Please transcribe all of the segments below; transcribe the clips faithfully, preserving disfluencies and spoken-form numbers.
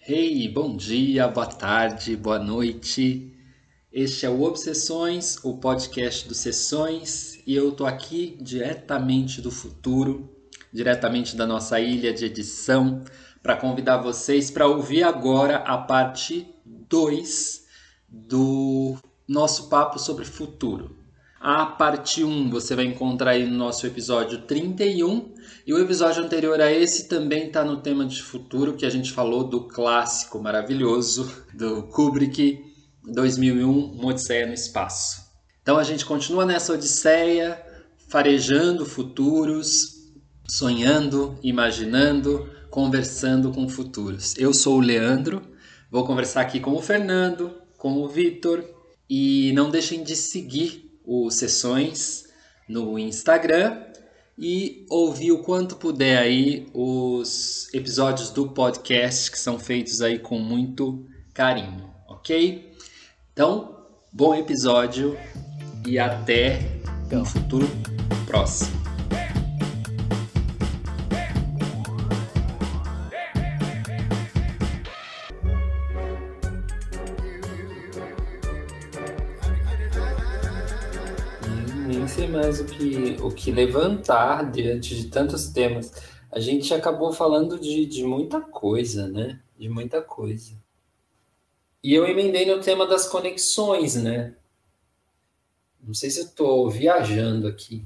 Hey, bom dia, boa tarde, boa noite. Este é o Obsessões, o podcast dos Sessões, e eu tô aqui diretamente do futuro, diretamente da nossa ilha de edição, para convidar vocês para ouvir agora a parte dois do nosso papo sobre futuro. A parte um você vai encontrar aí no nosso episódio trinta e um, e o episódio anterior a esse também está no tema de futuro, que a gente falou do clássico maravilhoso do Kubrick, dois mil e um, Uma Odisseia no Espaço. Então a gente continua nessa odisseia, farejando futuros, sonhando, imaginando, conversando com futuros. Eu sou o Leandro, vou conversar aqui com o Fernando, com o Vitor, e não deixem de seguir os Sessões no Instagram e ouvir o quanto puder aí os episódios do podcast que são feitos aí com muito carinho, ok? Então, bom episódio e até um futuro próximo. Nem sei mais o que, o que levantar diante de tantos temas. A gente acabou falando de, de muita coisa, né? De muita coisa. E eu emendei no tema das conexões, né? Não sei se eu estou viajando aqui,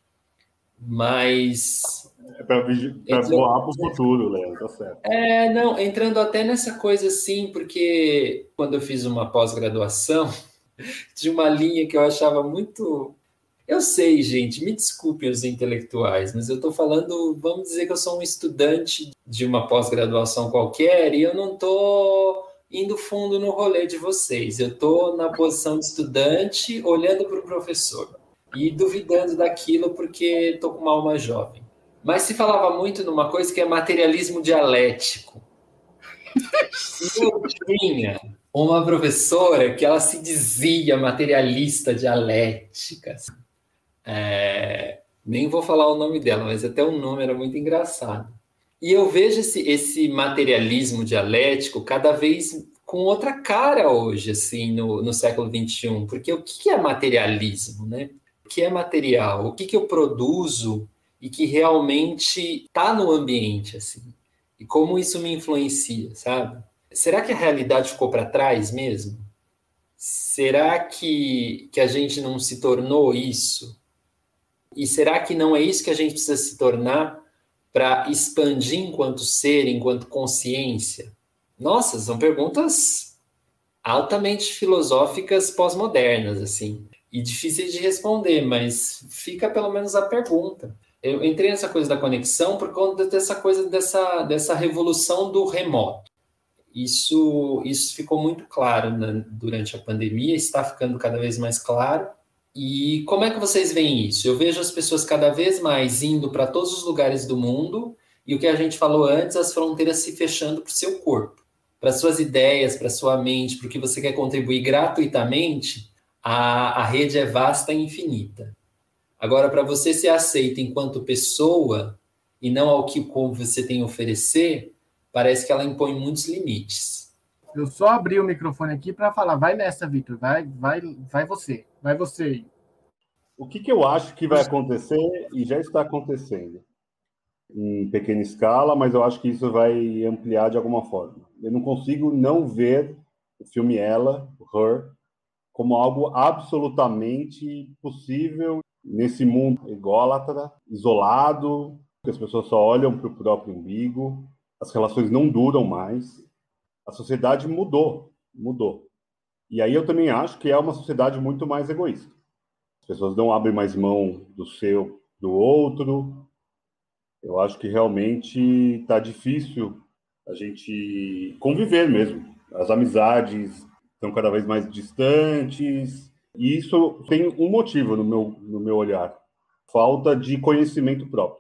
mas... É para voar para o futuro, Léo, tá certo. É, não, entrando até nessa coisa assim, porque quando eu fiz uma pós-graduação, tinha uma linha que eu achava muito... Eu sei, gente, me desculpem os intelectuais, mas eu estou falando, vamos dizer que eu sou um estudante de uma pós-graduação qualquer e eu não estou indo fundo no rolê de vocês. Eu estou na posição de estudante, olhando para o professor e duvidando daquilo porque estou com uma alma jovem. Mas se falava muito numa coisa que é materialismo dialético. E eu tinha uma professora que ela se dizia materialista dialética. É, nem vou falar o nome dela, mas até o nome era muito engraçado. E eu vejo esse, esse materialismo dialético cada vez com outra cara hoje, assim, no, no século vinte e um, porque o que é materialismo, né? O que é material? O que, que eu produzo e que realmente está no ambiente, assim? E como isso me influencia, sabe? Será que a realidade ficou para trás mesmo? Será que, que a gente não se tornou isso? E será que não é isso que a gente precisa se tornar para expandir enquanto ser, enquanto consciência? Nossa, são perguntas altamente filosóficas pós-modernas, assim, e difíceis de responder, mas fica pelo menos a pergunta. Eu entrei nessa coisa da conexão por conta dessa coisa, dessa, dessa revolução do remoto. Isso, isso ficou muito claro, né, durante a pandemia, está ficando cada vez mais claro. E como é que vocês veem isso? Eu vejo as pessoas cada vez mais indo para todos os lugares do mundo e o que a gente falou antes, as fronteiras se fechando para o seu corpo, para suas ideias, para sua mente, para o que você quer contribuir gratuitamente, a, a rede é vasta e infinita. Agora, para você ser aceito enquanto pessoa e não ao que como você tem a oferecer, parece que ela impõe muitos limites. Eu só abri o microfone aqui para falar. Vai nessa, Vitor. Vai, vai, vai você. Vai você aí. O que, que eu acho que vai acontecer e já está acontecendo em pequena escala, mas eu acho que isso vai ampliar de alguma forma. Eu não consigo não ver o filme Ela, Her, como algo absolutamente possível nesse mundo ególatra, isolado, que as pessoas só olham para o próprio umbigo, as relações não duram mais. A sociedade mudou, mudou. E aí eu também acho que é uma sociedade muito mais egoísta. As pessoas não abrem mais mão do seu, do outro. Eu acho que realmente está difícil a gente conviver mesmo. As amizades estão cada vez mais distantes. E isso tem um motivo no meu, no meu olhar. Falta de conhecimento próprio.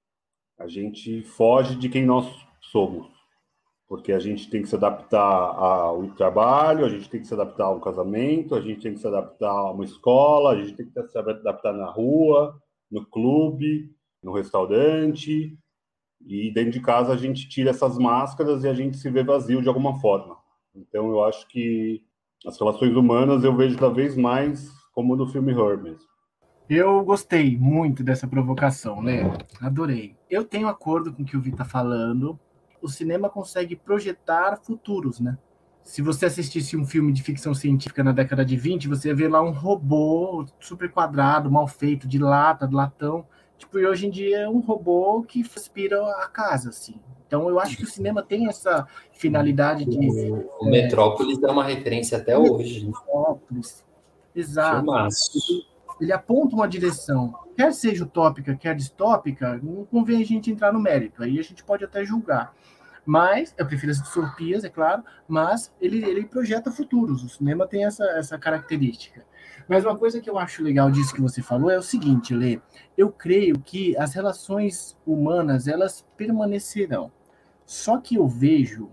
A gente foge de quem nós somos. Porque a gente tem que se adaptar ao trabalho, a gente tem que se adaptar a um casamento, a gente tem que se adaptar a uma escola, a gente tem que se adaptar na rua, no clube, no restaurante. e dentro de casa a gente tira essas máscaras e a gente se vê vazio de alguma forma. Então eu acho que as relações humanas eu vejo cada vez mais como no filme Her mesmo. Eu gostei muito dessa provocação, né? Adorei. Eu tenho acordo com o que o Vi tá falando. O cinema consegue projetar futuros, né? Se você assistisse um filme de ficção científica na década de vinte, você ia ver lá um robô super quadrado, mal feito, de lata, de latão. Tipo, e hoje em dia é um robô que aspira a casa, assim. Então eu acho que o cinema tem essa finalidade de... O, o Metrópolis é uma referência até hoje. Metrópolis. Exato. Filmaço. Ele aponta uma direção, quer seja utópica, quer distópica, não convém a gente entrar no mérito, aí a gente pode até julgar. Mas, eu prefiro as distopias, é claro, mas ele, ele projeta futuros, o cinema tem essa, essa característica. Mas uma coisa que eu acho legal disso que você falou é o seguinte, Lê, eu creio que as relações humanas, elas permanecerão. Só que eu vejo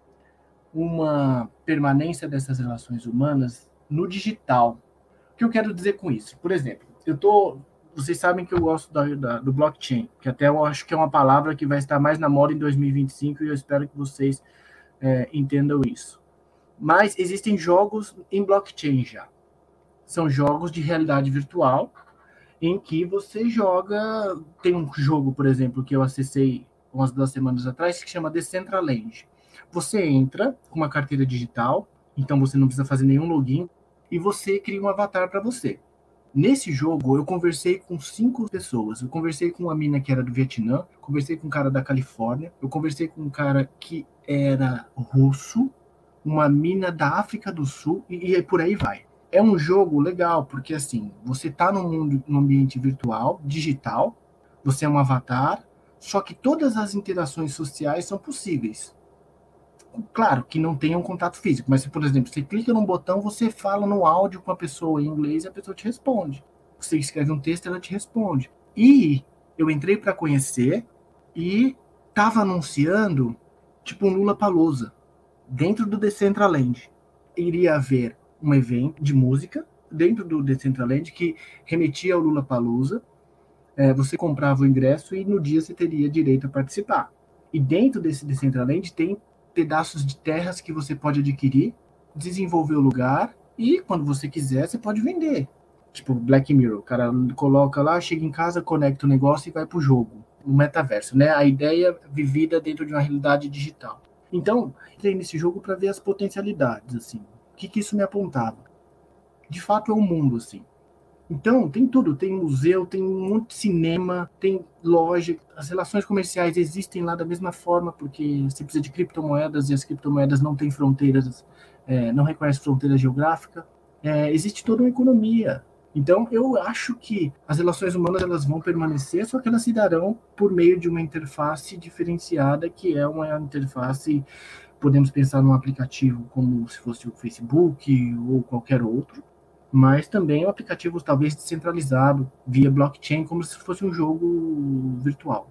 uma permanência dessas relações humanas no digital. O que eu quero dizer com isso? Por exemplo, eu tô, vocês sabem que eu gosto da, da, do blockchain, que até eu acho que é uma palavra que vai estar mais na moda em dois mil e vinte e cinco e eu espero que vocês é, entendam isso. Mas existem jogos em blockchain já. São jogos de realidade virtual em que você joga... Tem um jogo, por exemplo, que eu acessei umas duas semanas atrás que chama Decentraland. Você entra com uma carteira digital, então você não precisa fazer nenhum login, e você cria um avatar para você. Nesse jogo, eu conversei com cinco pessoas. Eu conversei com uma mina que era do Vietnã, conversei com um cara da Califórnia, eu conversei com um cara que era russo, uma mina da África do Sul, e, e por aí vai. É um jogo legal, porque assim, você está num mundo, num ambiente virtual, digital, você é um avatar, só que todas as interações sociais são possíveis. Claro que não tenha um contato físico, mas se, por exemplo, você clica num botão, você fala no áudio com a pessoa em inglês e a pessoa te responde. Você escreve um texto, ela te responde. E eu entrei para conhecer e estava anunciando tipo um Lollapalooza dentro do Decentraland. Iria haver um evento de música dentro do Decentraland que remetia ao Lollapalooza. É, você comprava o ingresso e no dia você teria direito a participar. E dentro desse Decentraland tem pedaços de terras que você pode adquirir, desenvolver o lugar e, quando você quiser, você pode vender. Tipo Black Mirror, o cara coloca lá, chega em casa, conecta o negócio e vai pro jogo. O metaverso, né? A ideia vivida dentro de uma realidade digital. Então, entrei nesse jogo para ver as potencialidades, assim. O que que isso me apontava? De fato, é um mundo, assim. Então, tem tudo, tem museu, tem um monte de cinema, tem loja, as relações comerciais existem lá da mesma forma, porque você precisa de criptomoedas e as criptomoedas não têm fronteiras, é, não reconhecem fronteira geográfica, é, existe toda uma economia. Então, eu acho que as relações humanas elas vão permanecer, só que elas se darão por meio de uma interface diferenciada, que é uma interface, podemos pensar num aplicativo como se fosse o Facebook ou qualquer outro, mas também um aplicativo talvez descentralizado, via blockchain, como se fosse um jogo virtual.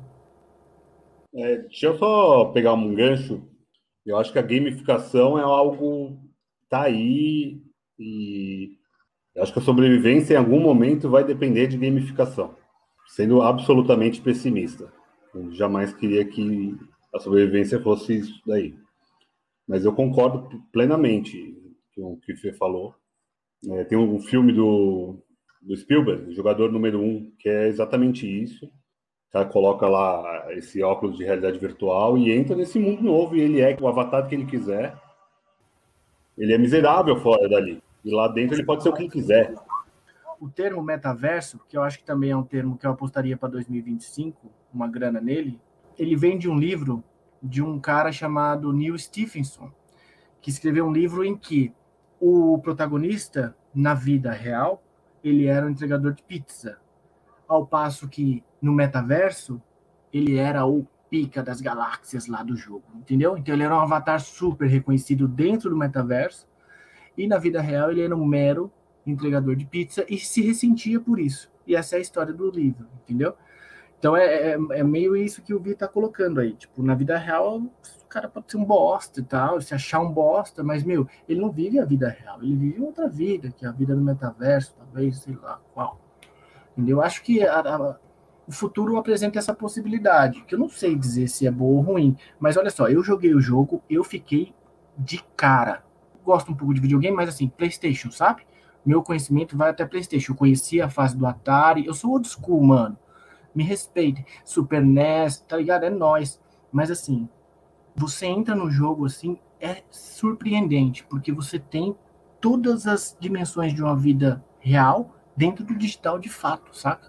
É, deixa eu só pegar um gancho. Eu acho que a gamificação é algo que tá aí e eu acho que a sobrevivência em algum momento vai depender de gamificação, sendo absolutamente pessimista. Eu jamais queria que a sobrevivência fosse isso daí. Mas eu concordo plenamente com o que o Fê falou. É, tem um filme do, do Spielberg, Jogador Número Um, que é exatamente isso. O cara coloca lá esse óculos de realidade virtual e entra nesse mundo novo e ele é o avatar que ele quiser. Ele é miserável fora dali. E lá dentro ele pode ser o que ele quiser. O termo metaverso, que eu acho que também é um termo que eu apostaria para dois mil e vinte e cinco, uma grana nele, ele vem de um livro de um cara chamado Neil Stephenson, que escreveu um livro em que o protagonista, na vida real, ele era um entregador de pizza. Ao passo que, no metaverso, ele era o pica das galáxias lá do jogo, entendeu? Então ele era um avatar super reconhecido dentro do metaverso, e na vida real ele era um mero entregador de pizza e se ressentia por isso. E essa é a história do livro, entendeu? Então é, é, é meio isso que o Vi tá colocando aí. Tipo, na vida real, o cara pode ser um bosta e tal, se achar um bosta, mas, meu, ele não vive a vida real, ele vive outra vida, que é a vida no metaverso, talvez, sei lá qual. Entendeu? Eu acho que a, a, o futuro apresenta essa possibilidade, que eu não sei dizer se é boa ou ruim, mas olha só, eu joguei o jogo, eu fiquei de cara. Gosto um pouco de videogame, mas assim, PlayStation, sabe? Meu conhecimento vai até PlayStation. Eu conheci a fase do Atari, eu sou old school, mano. Me respeite. Super N E S, tá ligado? É nóis. Mas assim, você entra no jogo assim, é surpreendente, porque você tem todas as dimensões de uma vida real dentro do digital de fato, saca?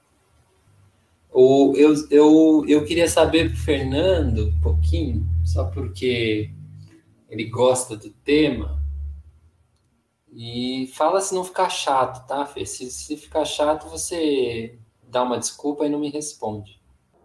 Ou eu, eu, eu queria saber pro Fernando um pouquinho, só porque ele gosta do tema, e fala se não ficar chato, tá, Fê? Se, se ficar chato, você dá uma desculpa e não me responde.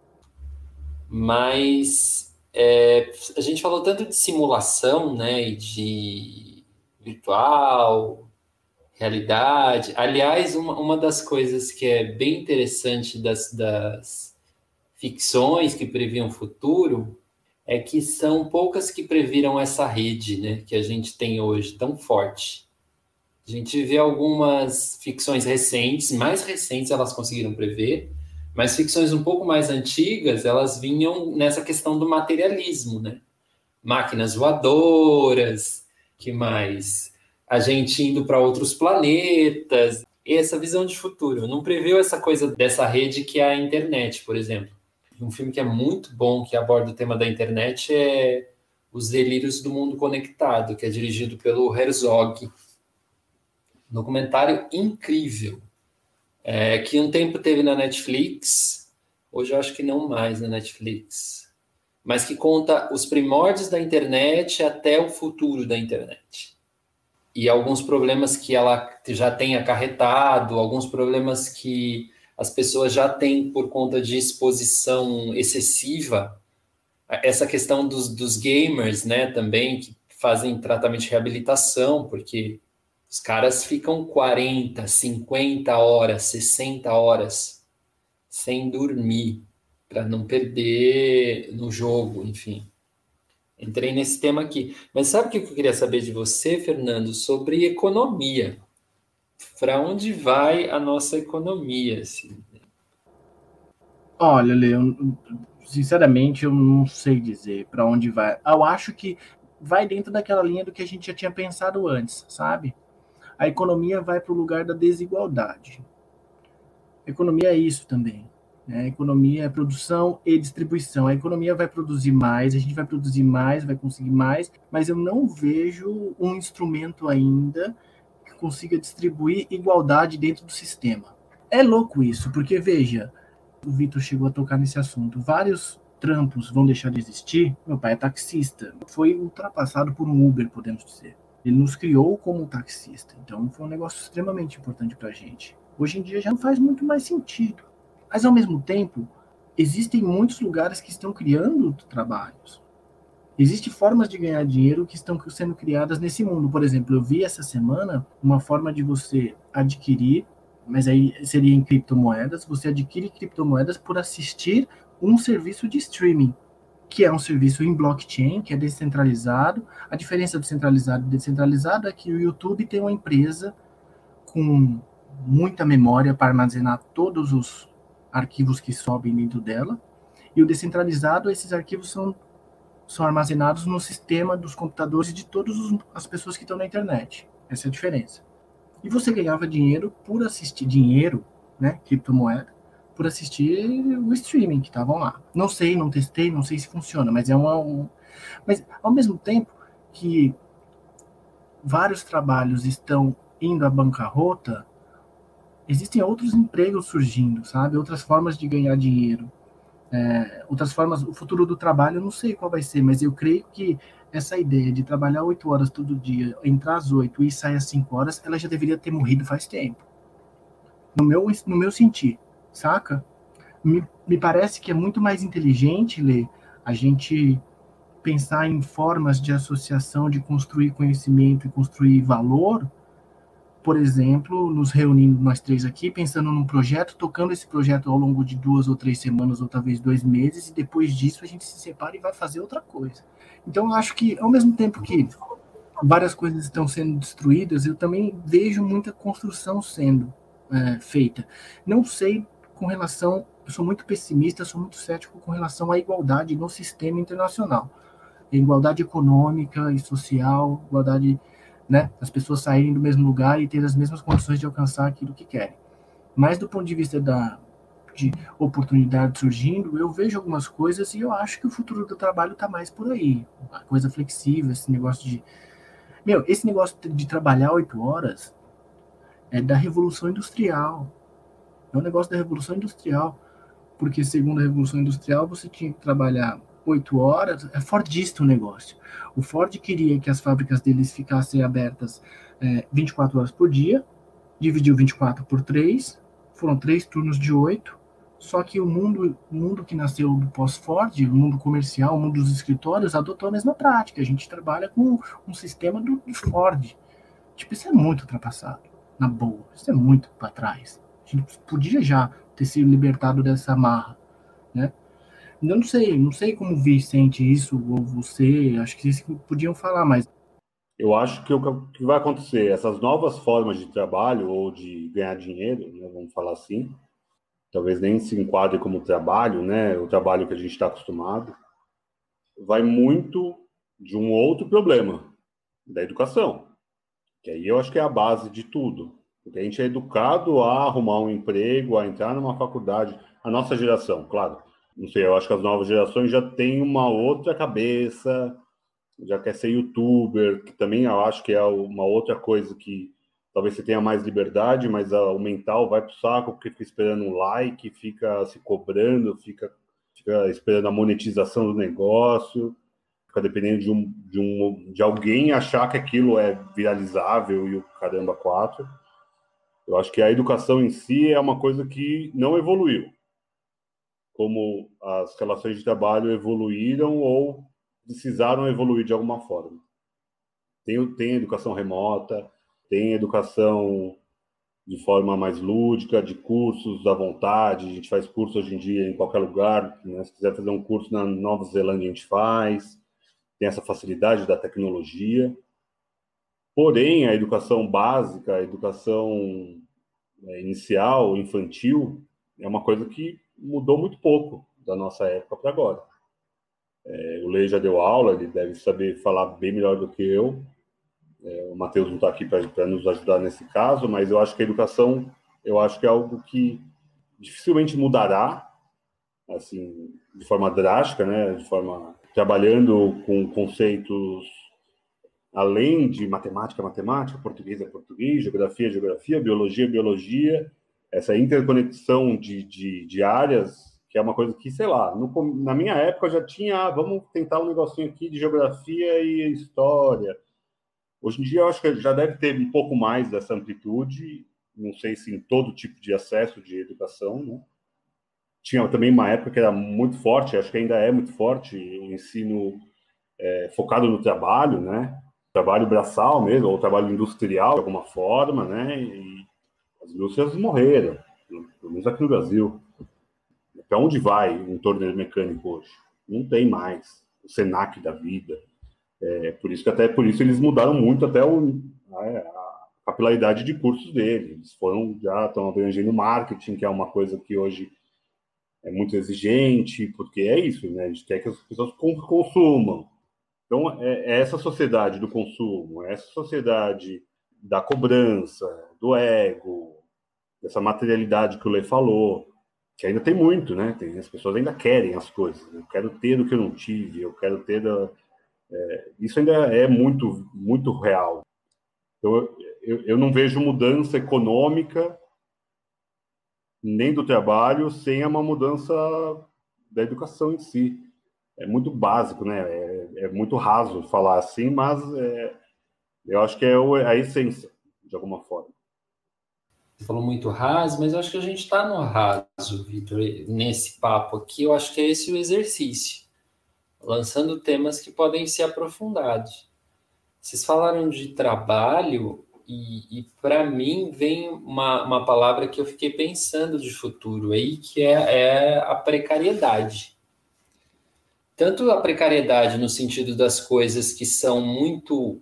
Mas é, a gente falou tanto de simulação, né, e de virtual, realidade. Aliás, uma, uma das coisas que é bem interessante das, das ficções que previam o futuro é que são poucas que previram essa rede, né, que a gente tem hoje, tão forte. A gente vê algumas ficções recentes, mais recentes elas conseguiram prever, mas ficções um pouco mais antigas, elas vinham nessa questão do materialismo, né? Máquinas voadoras, que mais? A gente indo para outros planetas, e essa visão de futuro. Não previu essa coisa dessa rede que é a internet, por exemplo. Um filme que é muito bom, que aborda o tema da internet, é Os Delírios do Mundo Conectado, que é dirigido pelo Herzog. Documentário incrível. É, que um tempo teve na Netflix, hoje eu acho que não mais na Netflix, mas que conta os primórdios da internet até o futuro da internet. E alguns problemas que ela já tem acarretado, alguns problemas que as pessoas já têm por conta de exposição excessiva. Essa questão dos, dos gamers, né, também, que fazem tratamento de reabilitação, porque os caras ficam quarenta, cinquenta horas, sessenta horas sem dormir, para não perder no jogo, enfim. Entrei nesse tema aqui. Mas sabe o que eu queria saber de você, Fernando? Sobre economia. Para onde vai a nossa economia? Assim? Olha, Leo, sinceramente, eu não sei dizer para onde vai. Eu acho que vai dentro daquela linha do que a gente já tinha pensado antes, sabe? A economia vai para o lugar da desigualdade. A economia é isso também. Né? A economia é produção e distribuição. A economia vai produzir mais, a gente vai produzir mais, vai conseguir mais, mas eu não vejo um instrumento ainda que consiga distribuir igualdade dentro do sistema. É louco isso, porque, veja, o Vitor chegou a tocar nesse assunto, vários trampos vão deixar de existir. Meu pai é taxista, foi ultrapassado por um Uber, podemos dizer. Ele nos criou como taxista, então foi um negócio extremamente importante para a gente. Hoje em dia já não faz muito mais sentido. Mas, ao mesmo tempo, existem muitos lugares que estão criando trabalhos. Existem formas de ganhar dinheiro que estão sendo criadas nesse mundo. Por exemplo, eu vi essa semana uma forma de você adquirir, mas aí seria em criptomoedas, você adquire criptomoedas por assistir um serviço de streaming, que é um serviço em blockchain, que é descentralizado. A diferença do centralizado e descentralizado é que o YouTube tem uma empresa com muita memória para armazenar todos os arquivos que sobem dentro dela, e o descentralizado, esses arquivos são, são armazenados no sistema dos computadores de todas as pessoas que estão na internet. Essa é a diferença. E você ganhava dinheiro por assistir, dinheiro, né, criptomoeda, por assistir o streaming que estavam lá. Não sei, não testei, não sei se funciona, mas é uma... Um... Mas, ao mesmo tempo que vários trabalhos estão indo à bancarrota, existem outros empregos surgindo, sabe? Outras formas de ganhar dinheiro. É, outras formas... O futuro do trabalho, eu não sei qual vai ser, mas eu creio que essa ideia de trabalhar oito horas todo dia, entrar às oito e sair às cinco horas, ela já deveria ter morrido faz tempo. No meu, no meu sentir. Saca? Me, me parece que é muito mais inteligente, Lê, a gente pensar em formas de associação, de construir conhecimento e construir valor, por exemplo, nos reunindo nós três aqui, pensando num projeto, tocando esse projeto ao longo de duas ou três semanas, ou talvez dois meses, e depois disso a gente se separa e vai fazer outra coisa. Então, eu acho que, ao mesmo tempo que várias coisas estão sendo destruídas, eu também vejo muita construção sendo é, feita. Não sei com relação eu sou muito pessimista, sou muito cético com relação à igualdade no sistema internacional. A igualdade econômica e social, igualdade, né, as pessoas saírem do mesmo lugar e ter as mesmas condições de alcançar aquilo que querem. Mas do ponto de vista da, de oportunidade surgindo, eu vejo algumas coisas e eu acho que o futuro do trabalho está mais por aí. A coisa flexível, esse negócio de... Meu, esse negócio de trabalhar oito horas é da Revolução Industrial. É um negócio da Revolução Industrial. Porque, segundo a Revolução Industrial, você tinha que trabalhar oito horas. É fordista o negócio. O Ford queria que as fábricas deles ficassem abertas é, vinte e quatro horas por dia, dividiu vinte e quatro por três, foram três turnos de oito, só que o mundo, o mundo que nasceu do pós-Ford, o mundo comercial, o mundo dos escritórios, adotou a mesma prática. A gente trabalha com um sistema do, do Ford. Tipo, isso é muito ultrapassado, na boa. Isso é muito para trás. A gente podia já ter sido libertado dessa amarra, né? Eu não sei, não sei como o Vi sente isso, ou você, acho que vocês podiam falar mais. Eu acho que o que vai acontecer, essas novas formas de trabalho ou de ganhar dinheiro, né, vamos falar assim, talvez nem se enquadre como trabalho, né, o trabalho que a gente está acostumado, vai muito de um outro problema, da educação, que aí eu acho que é a base de tudo. Porque a gente é educado a arrumar um emprego, a entrar numa faculdade. A nossa geração, claro. Não sei, eu acho que as novas gerações já têm uma outra cabeça, já quer ser youtuber, que também eu acho que é uma outra coisa que talvez você tenha mais liberdade, mas o mental vai pro saco porque fica esperando um like, fica se cobrando, fica, fica esperando a monetização do negócio, fica dependendo de, um, de, um, de alguém achar que aquilo é viralizável e o caramba quatro. Eu acho que a educação em si é uma coisa que não evoluiu, como as relações de trabalho evoluíram ou precisaram evoluir de alguma forma. Tem, tem educação remota, tem educação de forma mais lúdica, de cursos à vontade. A gente faz curso hoje em dia em qualquer lugar, né? Se quiser fazer um curso na Nova Zelândia, a gente faz. Tem essa facilidade da tecnologia. Porém, a educação básica, a educação inicial, infantil, é uma coisa que mudou muito pouco da nossa época para agora. É, o Lê já deu aula, ele deve saber falar bem melhor do que eu. É, o Matheus não está aqui para nos ajudar nesse caso, mas eu acho que a educação, eu acho que é algo que dificilmente mudará, assim, de forma drástica, né? De forma trabalhando com conceitos além de matemática, matemática, português é português, geografia, geografia, biologia, biologia, essa interconexão de, de, de áreas, que é uma coisa que, sei lá, no, na minha época já tinha, ah, vamos tentar um negocinho aqui de geografia e história. Hoje em dia eu acho que já deve ter um pouco mais dessa amplitude, não sei se em todo tipo de acesso de educação, né? Tinha também uma época que era muito forte, acho que ainda é muito forte, o ensino é, focado no trabalho, né? Trabalho braçal mesmo, ou trabalho industrial, de alguma forma, né? E as indústrias morreram, pelo menos aqui no Brasil. Para onde vai um torneiro mecânico hoje? Não tem mais. O Senac da vida. É, por isso que até por isso eles mudaram muito até o, a, a capilaridade de cursos deles. Eles foram, já estão abrangendo marketing, que é uma coisa que hoje é muito exigente, porque é isso, né? A gente quer que as pessoas consumam. Então, é essa sociedade do consumo, é essa sociedade da cobrança, do ego, dessa materialidade que o Lê falou, que ainda tem muito, né? Tem, as pessoas ainda querem as coisas. Eu quero ter o que eu não tive, eu quero ter... Da, é, isso ainda é muito, muito real. Então, eu, eu não vejo mudança econômica nem do trabalho sem uma mudança da educação em si. É muito básico, né? É, é muito raso falar assim, mas é, eu acho que é a essência, de alguma forma. Você falou muito raso, mas eu acho que a gente está no raso, Vitor, nesse papo aqui. Eu acho que é esse o exercício, lançando temas que podem ser aprofundados. Vocês falaram de trabalho e, e para mim, vem uma, uma palavra que eu fiquei pensando de futuro aí, que é, é a precariedade. Tanto a precariedade no sentido das coisas que são muito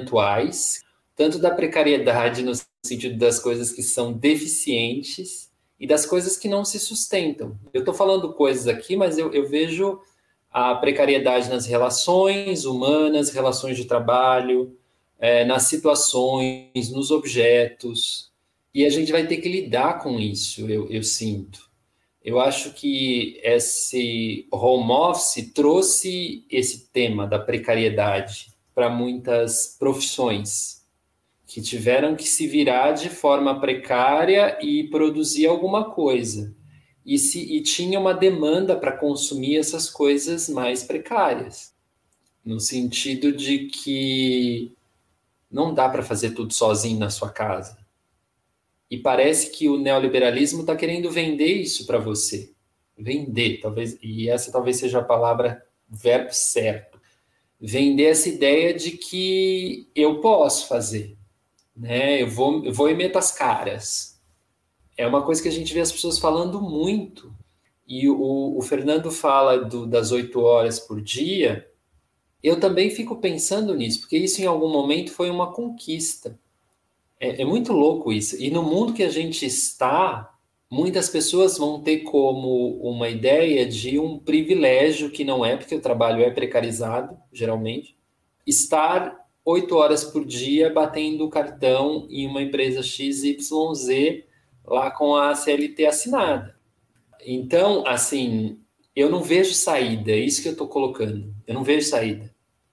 eventuais, tanto da precariedade no sentido das coisas que são deficientes e das coisas que não se sustentam. Eu estou falando coisas aqui, mas eu, eu vejo a precariedade nas relações humanas, relações de trabalho, é, nas situações, nos objetos, e a gente vai ter que lidar com isso, eu, eu sinto. Eu acho que esse home office trouxe esse tema da precariedade para muitas profissões, que tiveram que se virar de forma precária e produzir alguma coisa. E, se, e tinha uma demanda para consumir essas coisas mais precárias, no sentido de que não dá para fazer tudo sozinho na sua casa. E parece que o neoliberalismo está querendo vender isso para você. Vender, talvez, e essa talvez seja a palavra, o verbo certo. Vender essa ideia de que eu posso fazer, né? Eu vou, eu vou e meto as caras. É uma coisa que a gente vê as pessoas falando muito. E o, o Fernando fala do, das oito horas por dia. Eu também fico pensando nisso, porque isso em algum momento foi uma conquista. É, é muito louco isso. E no mundo que a gente está, muitas pessoas vão ter como uma ideia de um privilégio, que não é, porque o trabalho é precarizado, geralmente, estar oito horas por dia batendo o cartão em uma empresa X Y Z, lá com a C L T assinada. Então, assim, eu não vejo saída, é isso que eu estou colocando. Eu não vejo saída.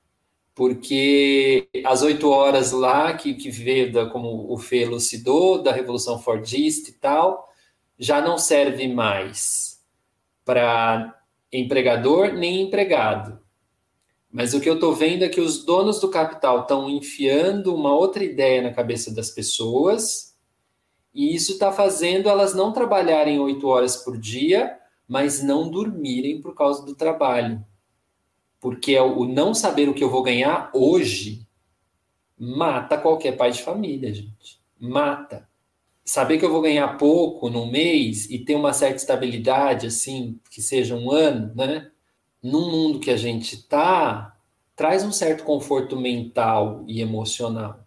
Porque as oito horas lá, que, que veio, da, como o Fê elucidou, da Revolução Fordista e tal, já não serve mais para empregador nem empregado. Mas o que eu estou vendo é que os donos do capital estão enfiando uma outra ideia na cabeça das pessoas, e isso está fazendo elas não trabalharem oito horas por dia, mas não dormirem por causa do trabalho. Porque o não saber o que eu vou ganhar hoje mata qualquer pai de família, gente. Mata. Saber que eu vou ganhar pouco no mês e ter uma certa estabilidade, assim, que seja um ano, né? No mundo que a gente está, traz um certo conforto mental e emocional.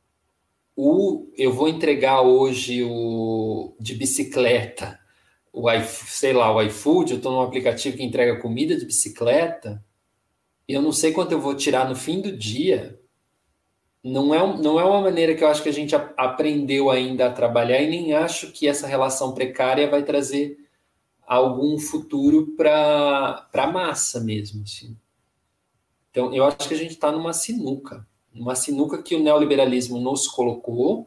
O, eu vou entregar hoje o, de bicicleta, o, sei lá, o iFood, eu estou num aplicativo que entrega comida de bicicleta, eu não sei quanto eu vou tirar no fim do dia. Não é, não é uma maneira que eu acho que a gente a, aprendeu ainda a trabalhar, e nem acho que essa relação precária vai trazer algum futuro para a massa mesmo. Assim. Então, eu acho que a gente está numa sinuca, uma sinuca que o neoliberalismo nos colocou,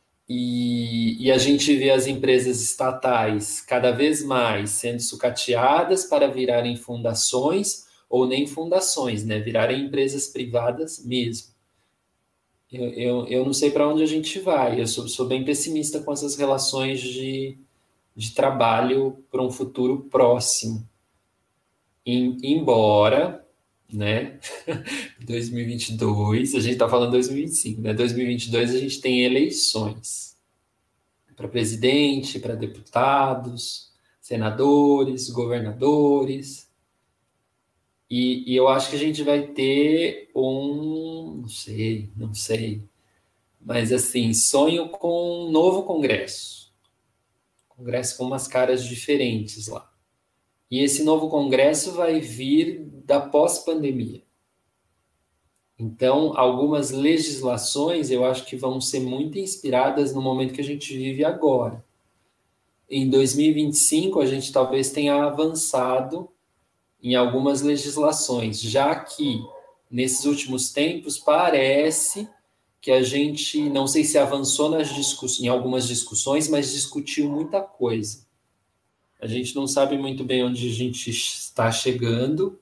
e, e a gente vê as empresas estatais cada vez mais sendo sucateadas para virarem fundações, ou nem fundações, né? Virarem empresas privadas mesmo. Eu, eu, eu não sei para onde a gente vai, eu sou, sou bem pessimista com essas relações de, de trabalho para um futuro próximo. Em, embora, né, dois mil e vinte e dois, a gente está falando dois mil e vinte e cinco, né? dois mil e vinte e dois a gente tem eleições para presidente, para deputados, senadores, governadores. E, e eu acho que a gente vai ter um, não sei, não sei, mas assim, sonho com um novo Congresso. Congresso com umas caras diferentes lá. E esse novo Congresso vai vir da pós-pandemia. Então, algumas legislações eu acho que vão ser muito inspiradas no momento que a gente vive agora. Em dois mil e vinte e cinco, a gente talvez tenha avançado em algumas legislações, já que nesses últimos tempos parece que a gente, não sei se avançou nas discuss... em algumas discussões, mas discutiu muita coisa. A gente não sabe muito bem onde a gente está chegando,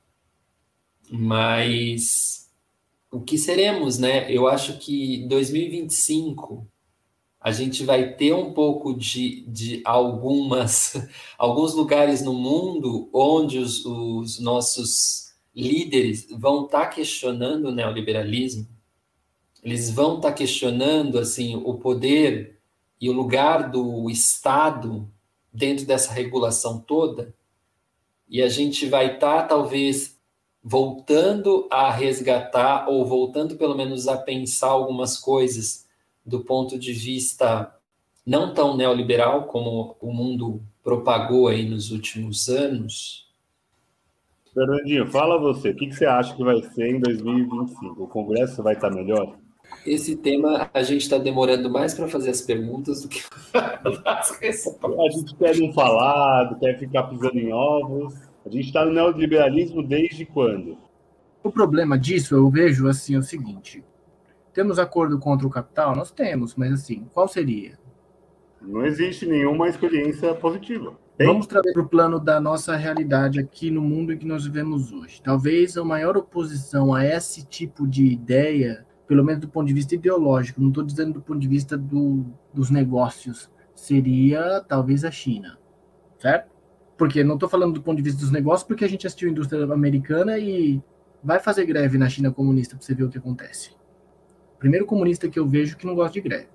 mas o que seremos, né? Eu acho que em dois mil e vinte e cinco a gente vai ter um pouco de, de algumas, alguns lugares no mundo onde os, os nossos líderes vão estar questionando o neoliberalismo, eles vão estar questionando assim, o poder e o lugar do Estado dentro dessa regulação toda, e a gente vai estar, talvez, voltando a resgatar, ou voltando pelo menos a pensar algumas coisas do ponto de vista não tão neoliberal como o mundo propagou aí nos últimos anos. Fernandinho, fala você, o que você acha que vai ser em dois mil e vinte e cinco? O Congresso vai estar melhor? Esse tema a gente está demorando mais para fazer as perguntas do que as respostas. A gente quer não falar, quer ficar pisando em ovos. A gente está no neoliberalismo desde quando? O problema disso, eu vejo assim, é o seguinte. Temos acordo contra o capital? Nós temos, mas assim, qual seria? Não existe nenhuma experiência positiva. Tem? Vamos trazer para o plano da nossa realidade aqui no mundo em que nós vivemos hoje. Talvez a maior oposição a esse tipo de ideia, pelo menos do ponto de vista ideológico, não estou dizendo do ponto de vista do, dos negócios, seria talvez a China, certo? Porque não estou falando do ponto de vista dos negócios, porque a gente assistiu a indústria americana e vai fazer greve na China comunista para você ver o que acontece. Primeiro comunista que eu vejo que não gosta de greve,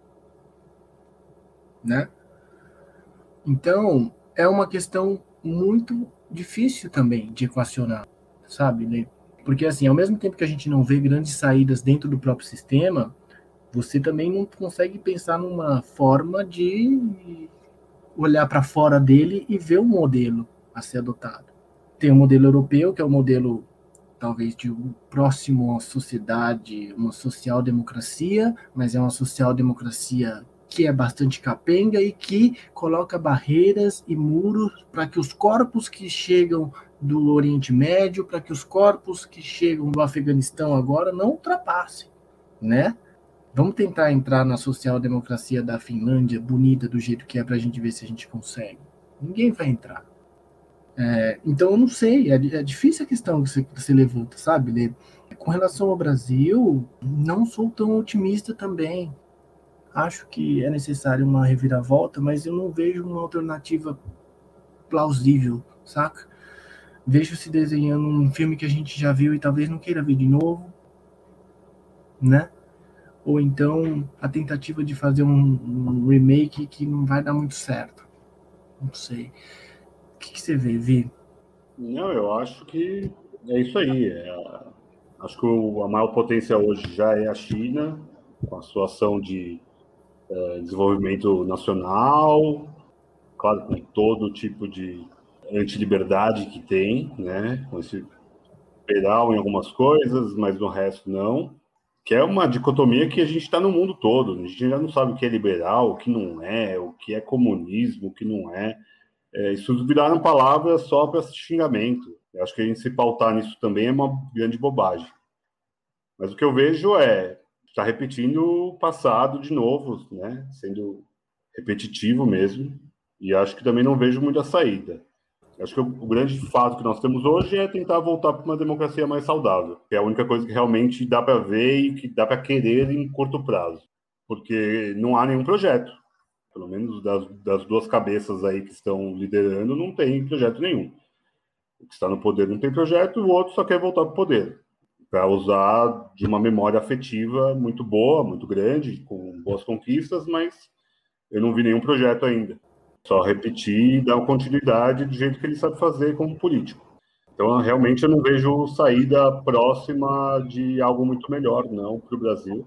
né? Então, é uma questão muito difícil também de equacionar, sabe, né? Porque, assim, ao mesmo tempo que a gente não vê grandes saídas dentro do próprio sistema, você também não consegue pensar numa forma de olhar para fora dele e ver o modelo a ser adotado. Tem o modelo europeu, que é o modelo, talvez, de um próximo à sociedade, uma social-democracia, mas é uma social-democracia que é bastante capenga e que coloca barreiras e muros para que os corpos que chegam do Oriente Médio, para que os corpos que chegam do Afeganistão agora não ultrapassem, né? Vamos tentar entrar na social-democracia da Finlândia, bonita do jeito que é, para a gente ver se a gente consegue. Ninguém vai entrar. É, então, eu não sei, é, é difícil a questão que você, que você levanta, sabe, Lê? Com relação ao Brasil, não sou tão otimista também. Acho que é necessário uma reviravolta, mas eu não vejo uma alternativa plausível, saca? Vejo se desenhando um filme que a gente já viu e talvez não queira ver de novo, né? Ou então a tentativa de fazer um, um remake que não vai dar muito certo. Não sei. O que, que você vê, Vi? Não, eu acho que é isso aí. É, acho que o, a maior potência hoje já é a China, com a sua ação de é, desenvolvimento nacional, claro, com todo tipo de antiliberdade que tem, né? Com esse liberal em algumas coisas, mas no resto não. Que é uma dicotomia que a gente está no mundo todo. A gente já não sabe o que é liberal, o que não é, o que é comunismo, o que não é. É, isso viraram palavras só para xingamento. Eu acho que a gente se pautar nisso também é uma grande bobagem. Mas o que eu vejo é está repetindo o passado de novo, né? Sendo repetitivo mesmo. E acho que também não vejo muita saída. Acho que o, o grande fato que nós temos hoje é tentar voltar para uma democracia mais saudável, que é a única coisa que realmente dá para ver e que dá para querer em curto prazo. Porque não há nenhum projeto. Pelo menos das, das duas cabeças aí que estão liderando, não tem projeto nenhum. O que está no poder não tem projeto, o outro só quer voltar para o poder. Para usar de uma memória afetiva muito boa, muito grande, com boas conquistas, mas eu não vi nenhum projeto ainda. Só repetir e dar uma continuidade do jeito que ele sabe fazer como político. Então, realmente, eu não vejo saída próxima de algo muito melhor, não, para o Brasil.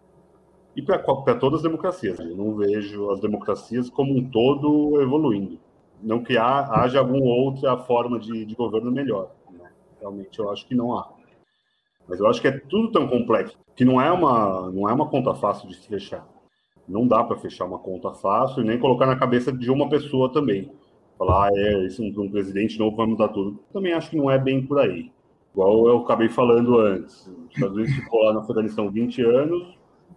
E para todas as democracias. Eu não vejo as democracias como um todo evoluindo. Não que há, haja alguma outra forma de, de governo melhor. Né? Realmente, eu acho que não há. Mas eu acho que é tudo tão complexo que não é uma, não é uma conta fácil de se fechar. Não dá para fechar uma conta fácil e nem colocar na cabeça de uma pessoa também. Falar, ah, é, isso um, um presidente novo vai mudar tudo. Também acho que não é bem por aí. Igual eu acabei falando antes. Os Estados Unidos ficou lá na Afeganistão vinte anos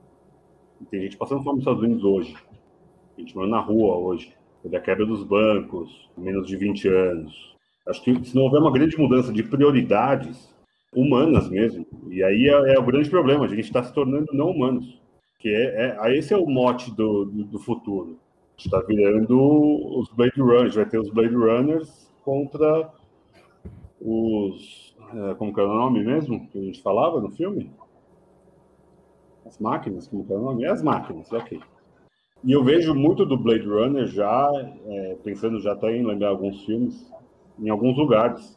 e tem gente passando fome nos Estados Unidos hoje. A gente mora na rua hoje. Teve a quebra dos bancos, menos de vinte anos. Acho que se não houver uma grande mudança de prioridades humanas mesmo, e aí é, é o grande problema, a gente está se tornando não humanos. Que é, é, esse é o mote do, do, do futuro. Está virando os Blade Runners, vai ter os Blade Runners contra os... É, como que era o nome mesmo que a gente falava no filme? As máquinas, como que era o nome? É as máquinas, ok. E eu vejo muito do Blade Runner já, é, pensando já até em lembrar alguns filmes, em alguns lugares.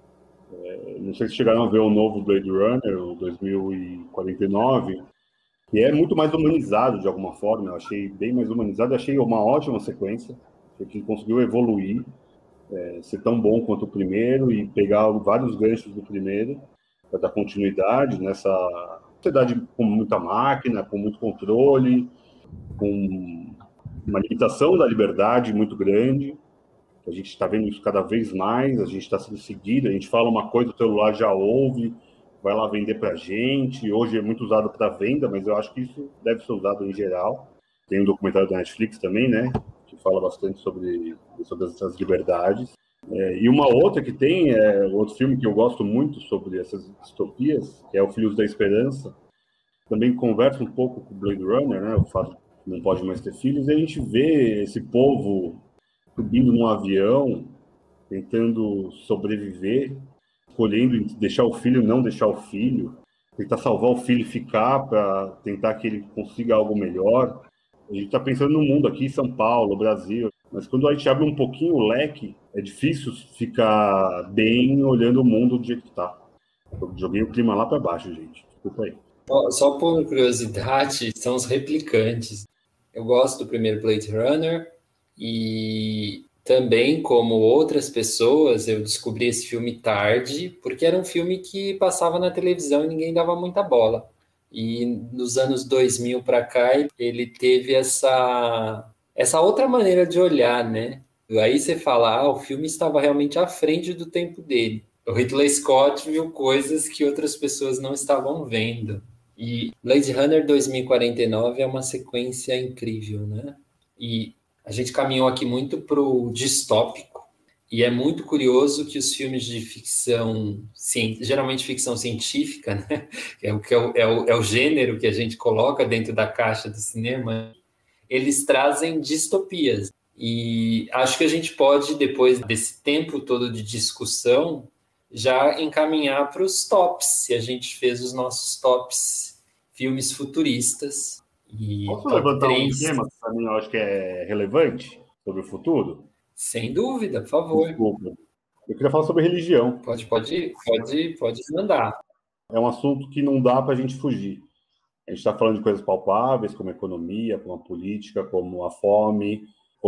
É, não sei se chegaram a ver o novo Blade Runner, o dois mil e quarenta e nove, que é muito mais humanizado de alguma forma. Eu achei bem mais humanizado, achei uma ótima sequência, que conseguiu evoluir, é, ser tão bom quanto o primeiro e pegar vários ganchos do primeiro para dar continuidade nessa sociedade com muita máquina, com muito controle, com uma limitação da liberdade muito grande. A gente está vendo isso cada vez mais, a gente está sendo seguido, a gente fala uma coisa, o celular já ouve, vai lá vender para a gente. Hoje é muito usado para venda, mas eu acho que isso deve ser usado em geral. Tem um documentário da Netflix também, né, que fala bastante sobre, sobre essas liberdades. É, e uma outra que tem, é outro filme que eu gosto muito sobre essas distopias, que é o Filhos da Esperança. Também conversa um pouco com o Blade Runner, né, o fato de que não pode mais ter filhos, e a gente vê esse povo subindo num avião, tentando sobreviver, escolhendo deixar o filho, não deixar o filho, tentar salvar o filho e ficar para tentar que ele consiga algo melhor. A gente está pensando no mundo aqui, São Paulo, Brasil, mas quando a gente abre um pouquinho o leque, é difícil ficar bem olhando o mundo do jeito que está. Eu joguei o clima lá para baixo, gente. Desculpa aí. Só por curiosidade, são os replicantes. Eu gosto do primeiro Blade Runner e também, como outras pessoas, eu descobri esse filme tarde, porque era um filme que passava na televisão e ninguém dava muita bola. E nos anos dois mil para cá, ele teve essa, essa outra maneira de olhar, né? Aí você fala, ah, o filme estava realmente à frente do tempo dele. O Ridley Scott viu coisas que outras pessoas não estavam vendo. E Blade Runner dois mil e quarenta e nove é uma sequência incrível, né? E a gente caminhou aqui muito para o distópico, e é muito curioso que os filmes de ficção, sim, geralmente ficção científica, né? é, o, que é, o, é, o, é o gênero que a gente coloca dentro da caixa do cinema, eles trazem distopias. E acho que a gente pode, depois desse tempo todo de discussão, já encaminhar para os tops, se a gente fez os nossos tops filmes futuristas. E posso top levantar três... um tema que para mim eu acho que é relevante sobre o futuro? Sem dúvida, por favor. Desculpa. Eu queria falar sobre religião. Pode, pode, pode, pode mandar. É um assunto que não dá para a gente fugir. A gente está falando de coisas palpáveis, como a economia, como a política, como a fome,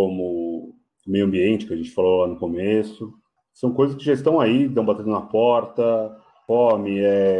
como o meio ambiente, que a gente falou lá no começo. São coisas que já estão aí, estão batendo na porta. Fome,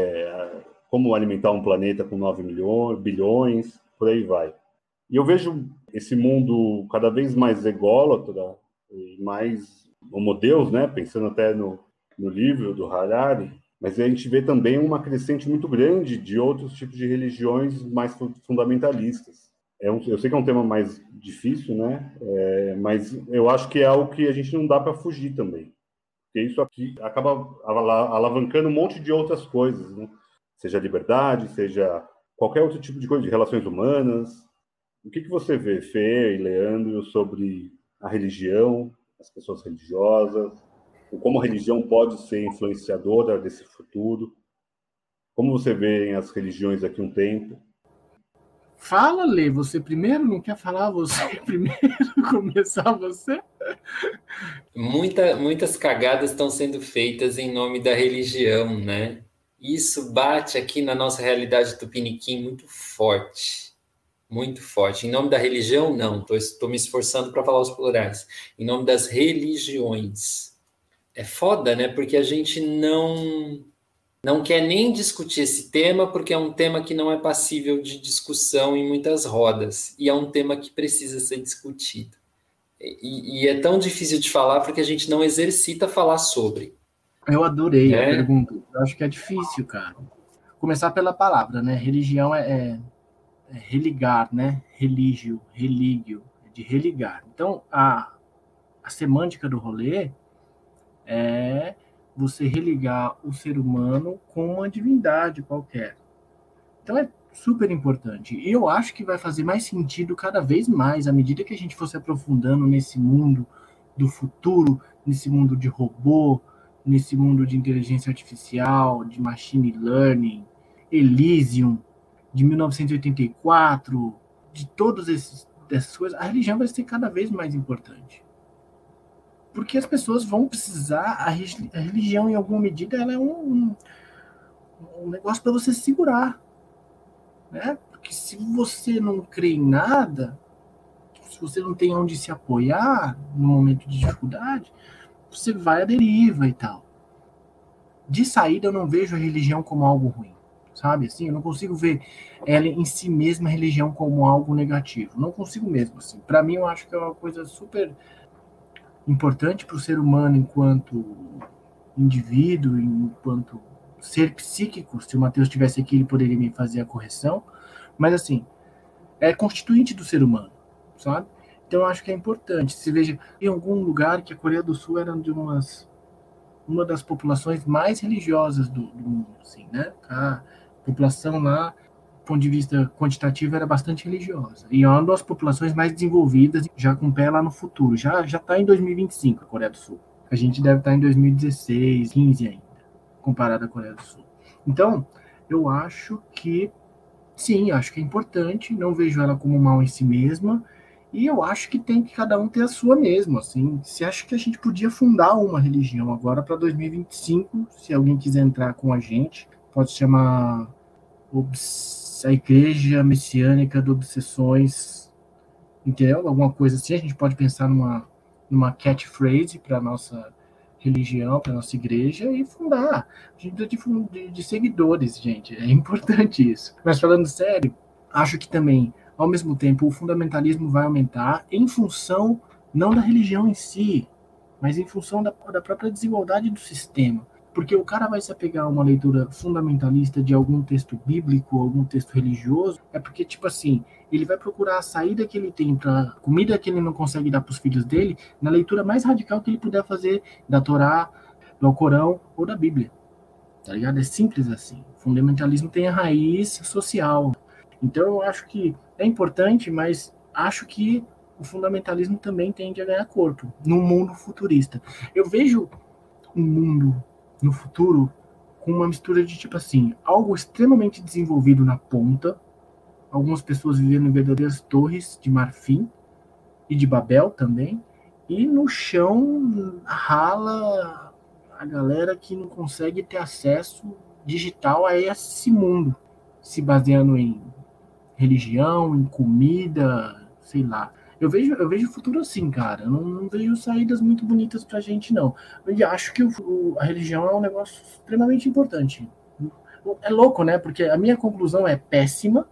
é como alimentar um planeta com nove milhões, bilhões, por aí vai. E eu vejo esse mundo cada vez mais ególatra e mais homodeus, né? Pensando até no, no livro do Harari, mas a gente vê também uma crescente muito grande de outros tipos de religiões mais fundamentalistas. É um, eu sei que é um tema mais difícil, né? É, mas eu acho que é algo que a gente não dá para fugir também. Porque isso aqui acaba alavancando um monte de outras coisas, né? Seja liberdade, seja qualquer outro tipo de coisa, de relações humanas. O que, que você vê, Fê e Leandro, sobre a religião, as pessoas religiosas, como a religião pode ser influenciadora desse futuro? Como você vê as religiões daqui a um tempo? Fala, Lê, você primeiro? Não quer falar você primeiro? Começar você? Muita, muitas cagadas estão sendo feitas em nome da religião, né? Isso bate aqui na nossa realidade tupiniquim muito forte. Muito forte. Em nome da religião, não. Estou me esforçando para falar os plurais. Em nome das religiões. É foda, né? Porque a gente não... não quer nem discutir esse tema, porque é um tema que não é passível de discussão em muitas rodas, e é um tema que precisa ser discutido. E, e é tão difícil de falar porque a gente não exercita falar sobre. Eu adorei é? a pergunta. Eu acho que é difícil, cara. Começar pela palavra, né? Religião é, é, é religar, né? Religio, religio, é de religar. Então, a, a semântica do rolê é você religar o ser humano com uma divindade qualquer. Então é super importante. E eu acho que vai fazer mais sentido cada vez mais, à medida que a gente for se aprofundando nesse mundo do futuro, nesse mundo de robô, nesse mundo de inteligência artificial, de machine learning, Elysium, de mil novecentos e oitenta e quatro, de todas essas coisas, a religião vai ser cada vez mais importante. Porque as pessoas vão precisar, a religião, em alguma medida, ela é um, um, um negócio para você segurar. Né? que se você não crê em nada, se você não tem onde se apoiar no momento de dificuldade, você vai à deriva e tal. De saída, eu não vejo a religião como algo ruim, sabe? Assim, eu não consigo ver ela em si mesma, a religião, como algo negativo. Não consigo mesmo, assim. Para mim, eu acho que é uma coisa super importante para o ser humano enquanto indivíduo, enquanto ser psíquico. Se o Matheus estivesse aqui, ele poderia me fazer a correção. Mas, assim, é constituinte do ser humano, sabe? Então, eu acho que é importante. Se veja, em algum lugar que a Coreia do Sul era de umas, uma das populações mais religiosas do, do mundo, assim, né? A população lá, do ponto de vista quantitativo, era bastante religiosa. E é uma das populações mais desenvolvidas, já com pé lá no futuro. Já já está em dois mil e vinte e cinco, a Coreia do Sul. A gente deve estar em dois mil e dezesseis, quinze ainda, comparado à Coreia do Sul. Então, eu acho que, sim, acho que é importante, não vejo ela como mal em si mesma, e eu acho que tem que cada um ter a sua mesmo, assim. Se acha que a gente podia fundar uma religião agora para dois mil e vinte e cinco, se alguém quiser entrar com a gente, pode se chamar a Igreja Messiânica de Obsessões, entendeu? Alguma coisa assim. A gente pode pensar numa, numa catchphrase para nossa religião, para nossa igreja, e fundar. A gente precisa de, de, de seguidores, gente. É importante isso. Mas falando sério, acho que também, ao mesmo tempo, o fundamentalismo vai aumentar em função, não da religião em si, mas em função da, da própria desigualdade do sistema. Porque o cara vai se apegar a uma leitura fundamentalista de algum texto bíblico, algum texto religioso, é porque, tipo assim, ele vai procurar a saída que ele tem para a comida que ele não consegue dar para os filhos dele, na leitura mais radical que ele puder fazer da Torá, do Alcorão ou da Bíblia. Tá ligado? É simples assim. O fundamentalismo tem a raiz social. Então eu acho que é importante, mas acho que o fundamentalismo também tende a ganhar corpo no mundo futurista. Eu vejo um mundo no futuro com uma mistura de, tipo assim, algo extremamente desenvolvido na ponta, algumas pessoas vivendo em verdadeiras torres de marfim e de Babel também, e no chão rala a galera que não consegue ter acesso digital a esse mundo, se baseando em religião, em comida, sei lá. Eu vejo, eu vejo o futuro assim, cara. Eu não, não vejo saídas muito bonitas pra gente, não. Eu acho que o, o, a religião é um negócio extremamente importante. É louco, né? Porque a minha conclusão é péssima,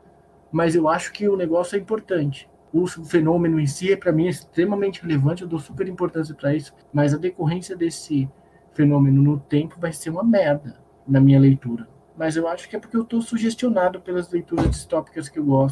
mas eu acho que o negócio é importante. O fenômeno em si, para mim, é extremamente relevante. Eu dou super importância para isso. Mas a decorrência desse fenômeno no tempo vai ser uma merda, na minha leitura. Mas eu acho que é porque eu estou sugestionado pelas leituras distópicas que eu gosto.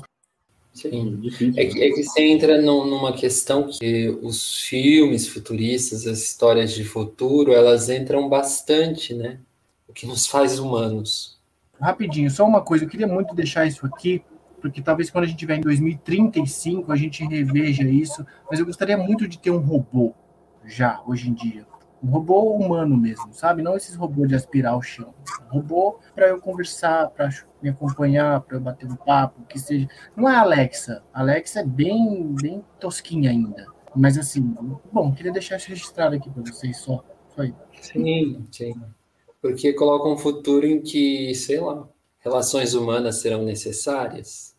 Sim, é que, é que você entra num, numa questão que os filmes futuristas, as histórias de futuro, elas entram bastante, né? O que nos faz humanos. Rapidinho, só uma coisa, eu queria muito deixar isso aqui, porque talvez quando a gente estiver em dois mil e trinta e cinco a gente reveja isso, mas eu gostaria muito de ter um robô, já, hoje em dia. Um robô humano mesmo, sabe? Não esses robôs de aspirar o chão. Um robô para eu conversar, para me acompanhar, para eu bater um papo, que seja. Não é a Alexa. A Alexa é bem, bem tosquinha ainda. Mas assim, bom, queria deixar isso registrado aqui para vocês só. só aí. Sim, sim. Porque coloca um futuro em que, sei lá, relações humanas serão necessárias.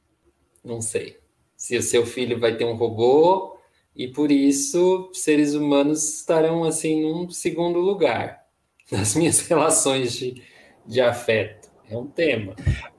Não sei. Se o seu filho vai ter um robô, e por isso seres humanos estarão assim num segundo lugar nas minhas relações de, de afeto. É um tema.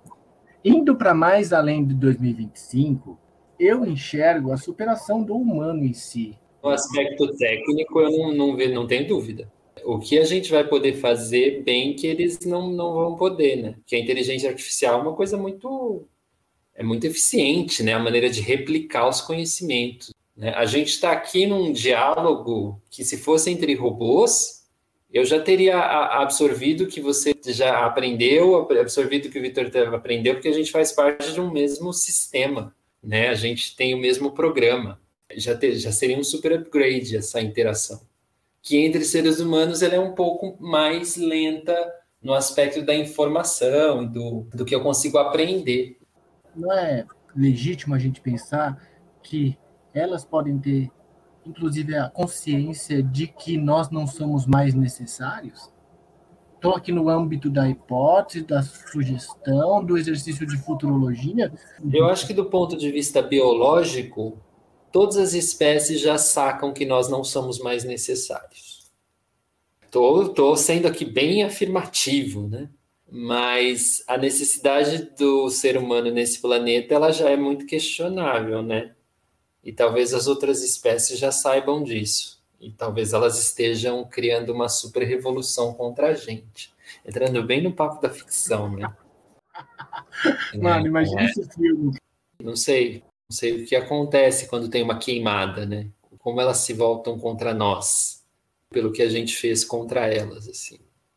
Indo para mais além de dois mil e vinte e cinco, eu enxergo a superação do humano em si. No aspecto técnico, eu não, não, vejo, não tenho dúvida. O que a gente vai poder fazer bem que eles não, não vão poder, né? Porque a inteligência artificial é uma coisa muito... é muito eficiente, né? A maneira de replicar os conhecimentos. Né? A gente está aqui num diálogo que, se fosse entre robôs, eu já teria absorvido o que você já aprendeu, absorvido o que o Vitor aprendeu, porque a gente faz parte de um mesmo sistema, né? A gente tem o mesmo programa. Já, ter, já seria um super upgrade essa interação. Que entre seres humanos ela é um pouco mais lenta no aspecto da informação, do, do que eu consigo aprender. Não é legítimo a gente pensar que elas podem ter, inclusive, a consciência de que nós não somos mais necessários? estou aqui no âmbito da hipótese, da sugestão, do exercício de futurologia. Eu acho que do ponto de vista biológico, todas as espécies já sacam que nós não somos mais necessários. Tô, tô sendo aqui bem afirmativo, né? Mas a necessidade do ser humano nesse planeta, ela já é muito questionável, né? E talvez as outras espécies já saibam disso. E talvez elas estejam criando uma super revolução contra a gente. Entrando bem no papo da ficção, né? Mano, imagina esse filme. Não sei, não sei o que acontece quando tem uma queimada, né? Como elas se voltam contra nós, pelo que a gente fez contra elas, assim.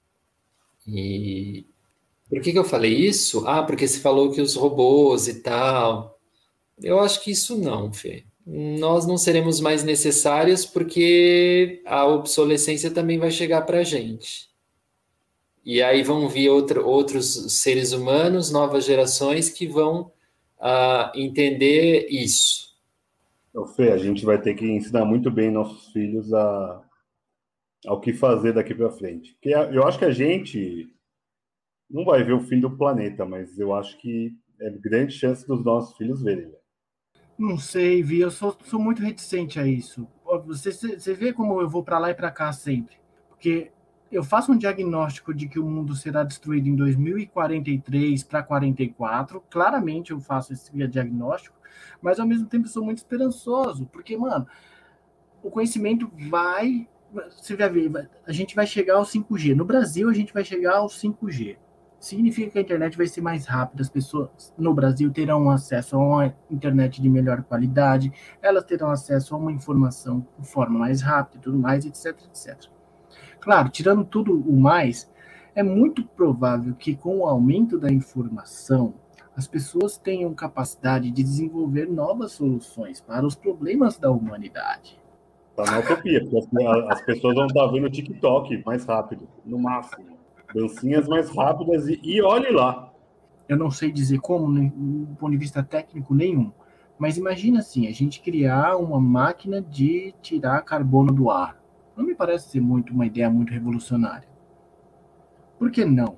E por que que eu falei isso? Ah, porque você falou que os robôs e tal. Eu acho que isso não, Fê. Nós não seremos mais necessários porque a obsolescência também vai chegar para a gente. E aí vão vir outro, outros seres humanos, novas gerações, que vão uh, entender isso. Ô, Fê, a gente vai ter que ensinar muito bem nossos filhos a, ao que fazer daqui para frente. Porque eu acho que a gente não vai ver o fim do planeta, mas eu acho que é grande chance dos nossos filhos verem. Não sei, Vi, eu sou, sou muito reticente a isso. Você, você vê como eu vou para lá e para cá sempre. Porque eu faço um diagnóstico de que o mundo será destruído em dois mil e quarenta e três para quarenta e quatro. Claramente eu faço esse diagnóstico, mas ao mesmo tempo eu sou muito esperançoso. Porque, mano, o conhecimento vai... Você vai ver, a gente vai chegar ao cinco G. No Brasil, a gente vai chegar ao cinco G. Significa que a internet vai ser mais rápida, as pessoas no Brasil terão acesso a uma internet de melhor qualidade, elas terão acesso a uma informação de forma mais rápida e tudo mais, etc, etcétera. Claro, tirando tudo o mais, é muito provável que com o aumento da informação, as pessoas tenham capacidade de desenvolver novas soluções para os problemas da humanidade. Tá na utopia, porque as pessoas vão estar vendo o TikTok mais rápido, no máximo. Dancinhas mais rápidas e, e olhe lá. Eu não sei dizer como, né, do ponto de vista técnico nenhum, mas imagina assim, a gente criar uma máquina de tirar carbono do ar. Não me parece ser muito uma ideia muito revolucionária. Por que não?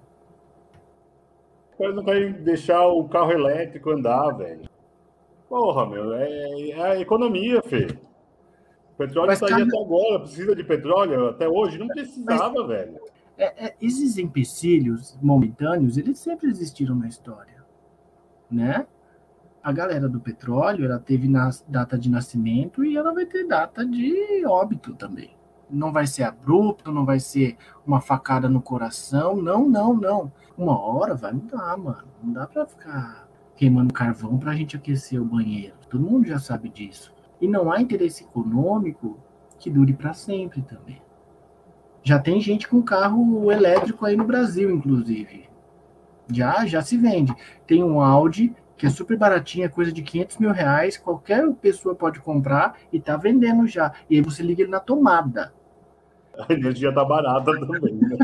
Os caras não querem deixar o carro elétrico andar, velho. Porra, meu, é, é a economia, Fê. O petróleo Mas, está aí cara... até agora, precisa de petróleo até hoje? Não precisava, mas... velho. É, é, esses empecilhos momentâneos, eles sempre existiram na história, né? A galera do petróleo, ela teve na, data de nascimento e ela vai ter data de óbito também. Não vai ser abrupto, não vai ser uma facada no coração, não, não, não. Uma hora vai mudar, mano. Não dá pra ficar queimando carvão pra gente aquecer o banheiro. Todo mundo já sabe disso. E não há interesse econômico que dure para sempre também. Já tem gente com carro elétrico aí no Brasil, inclusive. Já, já se vende. Tem um Audi que é super baratinho, é coisa de quinhentos mil reais. Qualquer pessoa pode comprar e tá vendendo já. E aí você liga ele na tomada. A energia tá barata também, né?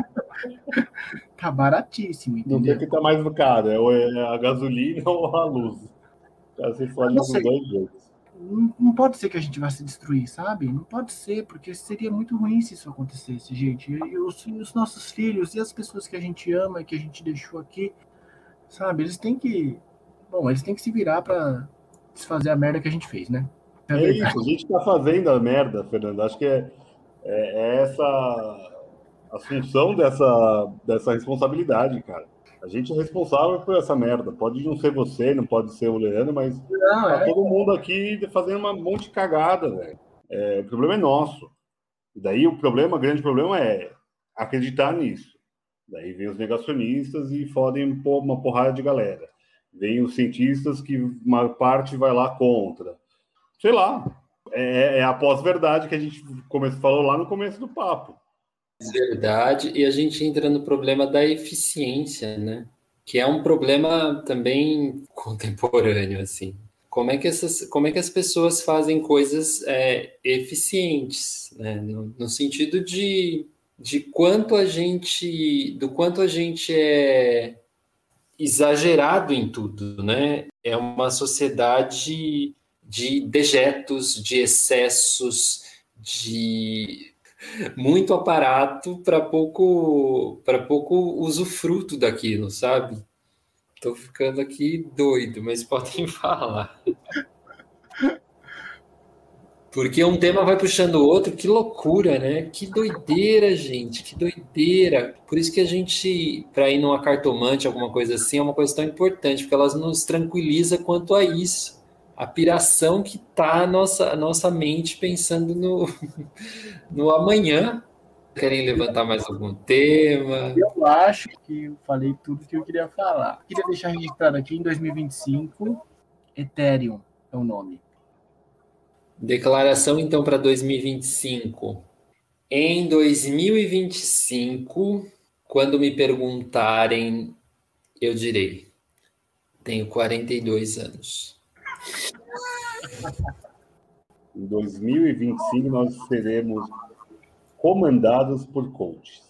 Tá baratíssimo, entendeu? Não sei o que tá mais caro, é a gasolina ou a luz. Você fode dos dois jeitos. Não, não pode ser que a gente vá se destruir, sabe? Não pode ser, porque seria muito ruim se isso acontecesse, gente. E os, e os nossos filhos e as pessoas que a gente ama e que a gente deixou aqui, sabe? Eles têm que... Bom, eles têm que se virar para desfazer a merda que a gente fez, né? É, é isso, a gente tá fazendo a merda, Fernando. Acho que é, é, é essa a assunção dessa, dessa responsabilidade, cara. A gente é responsável por essa merda. Pode não ser você, não pode ser o Leandro, mas não, tá é... todo mundo aqui fazendo um monte de cagada, velho. É, o problema é nosso. E daí o problema, o grande problema é acreditar nisso. Daí vem os negacionistas e fodem uma porrada de galera. Vem os cientistas que uma parte vai lá contra. Sei lá. É, é a pós-verdade que a gente falou lá no começo do papo. Verdade, e a gente entra no problema da eficiência, né? Que é um problema também contemporâneo, assim. Como é que, essas, como é que as pessoas fazem coisas é, eficientes, né? No, no sentido de, de quanto a gente, do quanto a gente é exagerado em tudo, né? É uma sociedade de dejetos, de excessos, de muito aparato para pouco, para pouco usufruto daquilo, sabe? Tô ficando aqui doido, mas podem falar. Porque um tema vai puxando o outro, que loucura, né? Que doideira, gente, que doideira. Por isso que a gente, para ir numa cartomante, alguma coisa assim, é uma coisa tão importante, porque elas nos tranquiliza quanto a isso. A piração que tá a nossa, a nossa mente pensando no, no amanhã. Querem levantar mais algum tema? Eu acho que eu falei tudo que eu queria falar. Queria deixar registrado aqui em dois mil e vinte e cinco, Ethereum é o nome. Declaração, então, para dois mil e vinte e cinco. Em dois mil e vinte e cinco, quando me perguntarem, eu direi: tenho quarenta e dois anos. Em dois mil e vinte e cinco, nós seremos comandados por coaches.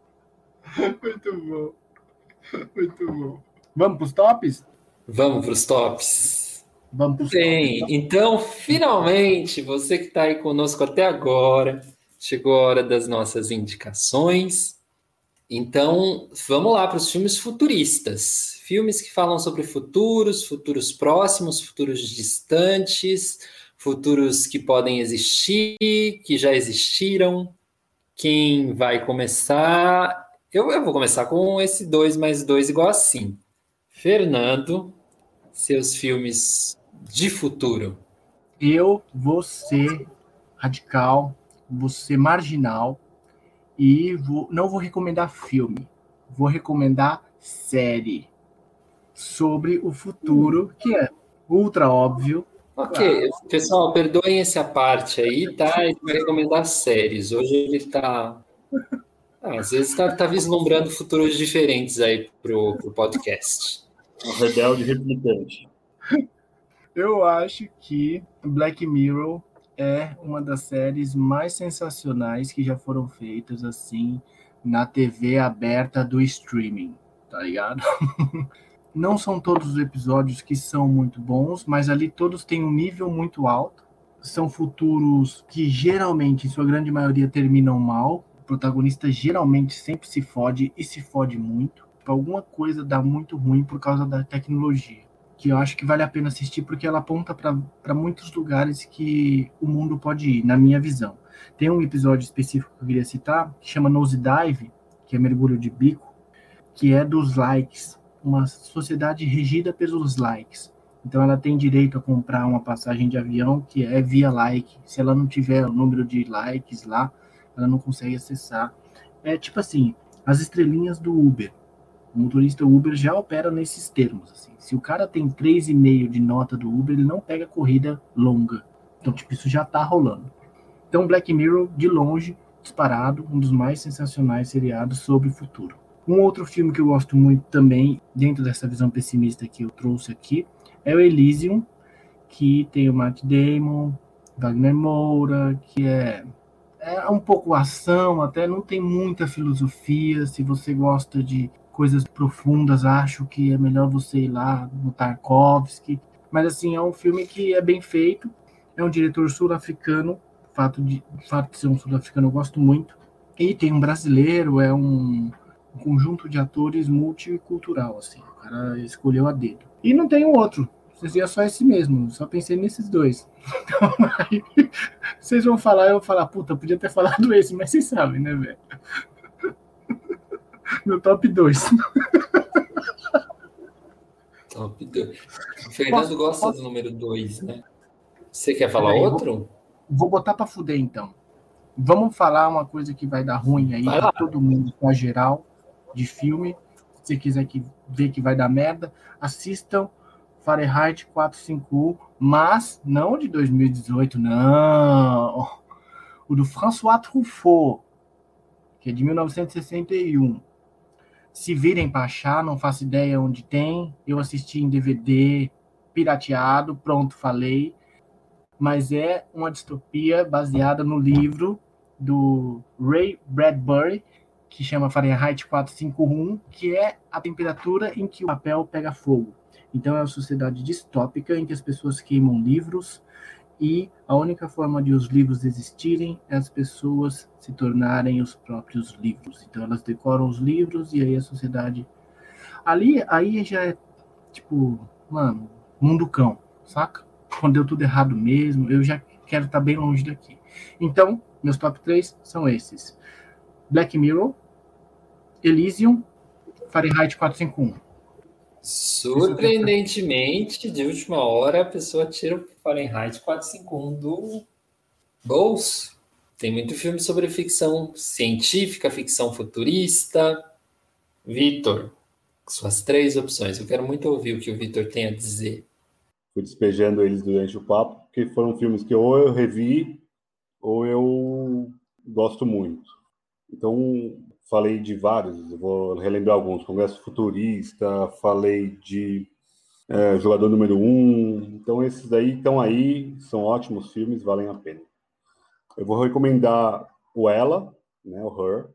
Muito bom. Muito bom. Vamos para os tops? Vamos para os tops. Vamos para os Bem, tops. então, finalmente, você que está aí conosco até agora, chegou a hora das nossas indicações. Então, vamos lá para os filmes futuristas. Filmes que falam sobre futuros, futuros próximos, futuros distantes, futuros que podem existir, que já existiram. Quem vai começar? Eu, eu vou começar com esse dois mais dois igual a cinco. Fernando, seus filmes de futuro. Eu vou ser radical, vou ser marginal e vou, não vou recomendar filme, vou recomendar série sobre o futuro, que é ultra óbvio. Ok, pessoal, perdoem essa parte aí, tá? Ele vai recomendar séries. Hoje ele está... Ah, às vezes está tá vislumbrando futuros diferentes aí pro, pro podcast. Um rebelde replicante. Eu acho que Black Mirror é uma das séries mais sensacionais que já foram feitas assim na T V aberta do streaming, tá ligado? Não são todos os episódios que são muito bons, mas ali todos têm um nível muito alto. São futuros que geralmente, em sua grande maioria, terminam mal. O protagonista geralmente sempre se fode e se fode muito. Alguma coisa dá muito ruim por causa da tecnologia, que eu acho que vale a pena assistir porque ela aponta para muitos lugares que o mundo pode ir, na minha visão. Tem um episódio específico que eu queria citar, que chama Nosedive, que é mergulho de bico, que é dos likes, uma sociedade regida pelos likes. Então ela tem direito a comprar uma passagem de avião que é via like. Se ela não tiver o número de likes lá, ela não consegue acessar. É tipo assim, as estrelinhas do Uber. O motorista Uber já opera nesses termos. Assim. Se o cara tem três vírgula cinco de nota do Uber, ele não pega corrida longa. Então, tipo, isso já tá rolando. Então, Black Mirror, de longe, disparado, um dos mais sensacionais seriados sobre o futuro. Um outro filme que eu gosto muito também, dentro dessa visão pessimista que eu trouxe aqui, é o Elysium, que tem o Matt Damon, Wagner Moura, que é, é um pouco ação, até não tem muita filosofia. Se você gosta de coisas profundas, acho que é melhor você ir lá no Tarkovsky. Mas, assim, é um filme que é bem feito. É um diretor sul-africano. O fato de, o fato de ser um sul-africano eu gosto muito. E tem um brasileiro, é um, um conjunto de atores multicultural, assim. O cara escolheu a dedo. E não tem um outro. É só esse mesmo. Só pensei nesses dois. Então, aí, vocês vão falar, eu vou falar, puta, podia ter falado esse, mas vocês sabem, né, velho? Meu top dois. Top dois. O Fernando Posso- gosta posso- do número dois, né? Você quer falar Peraí, outro? Vou botar pra fuder, então. Vamos falar uma coisa que vai dar ruim aí Vai pra lá. todo mundo, pra geral, de filme. Se você quiser que, ver que vai dar merda, assistam Fahrenheit quatrocentos e cinquenta e um, mas não de dois mil e dezoito, não. O do François Truffaut, que é de mil novecentos e sessenta e um. Se virem pra achar, não faço ideia onde tem. Eu assisti em D V D, pirateado, pronto, falei. Mas é uma distopia baseada no livro do Ray Bradbury, que chama Fahrenheit quatrocentos e cinquenta e um, que é a temperatura em que o papel pega fogo. Então é uma sociedade distópica em que as pessoas queimam livros e a única forma de os livros existirem é as pessoas se tornarem os próprios livros. Então elas decoram os livros e aí a sociedade... Ali, aí já é, tipo, mano, mundo cão, saca? Quando deu tudo errado mesmo, eu já quero estar bem longe daqui. Então, meus top três são esses. Black Mirror, Elysium, Fahrenheit quatrocentos e cinquenta e um. Surpreendentemente, de última hora, a pessoa tira o Fahrenheit quatrocentos e cinquenta e um do bolso. Tem muito filme sobre ficção científica, ficção futurista. Vitor, suas três opções. Eu quero muito ouvir o que o Vitor tem a dizer. Fui despejando eles durante o papo, porque foram filmes que ou eu revi, ou eu gosto muito. Então, falei de vários, eu vou relembrar alguns. Congresso Futurista, falei de é, Jogador Número Um. Então, esses daí estão aí, são ótimos filmes, valem a pena. Eu vou recomendar o Ela, né, o Her,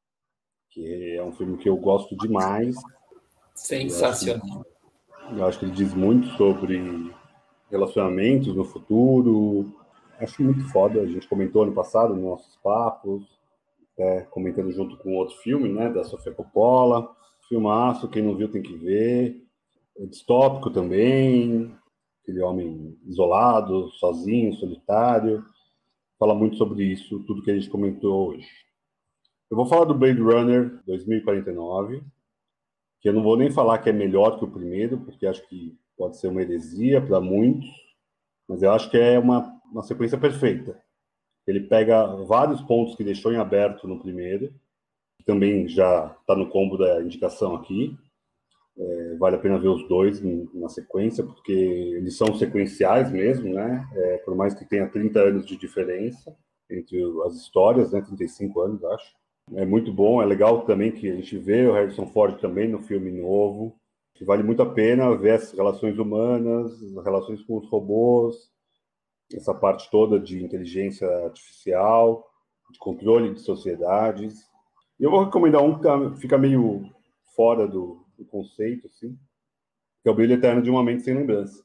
que é um filme que eu gosto demais. Sensacional. Eu acho que, eu acho que ele diz muito sobre relacionamentos no futuro. Acho muito foda. A gente comentou ano passado nos nossos papos, é, comentando junto com outro filme, né, da Sofia Coppola. Filmaço, quem não viu tem que ver. É distópico também. Aquele homem isolado, sozinho, solitário. Fala muito sobre isso, tudo que a gente comentou hoje. Eu vou falar do Blade Runner dois mil e quarenta e nove, que eu não vou nem falar que é melhor que o primeiro, porque acho que pode ser uma heresia para muitos, mas eu acho que é uma, uma sequência perfeita. Ele pega vários pontos que deixou em aberto no primeiro, que também já está no combo da indicação aqui. É, vale a pena ver os dois na sequência, porque eles são sequenciais mesmo, né? É, por mais que tenha trinta anos de diferença entre as histórias, né? trinta e cinco anos, acho. É muito bom, é legal também que a gente vê o Harrison Ford também no filme novo, que vale muito a pena ver as relações humanas, as relações com os robôs, essa parte toda de inteligência artificial, de controle de sociedades. E eu vou recomendar um que tá, fica meio fora do, do conceito, assim, que é o Brilho Eterno de uma Mente Sem Lembrança.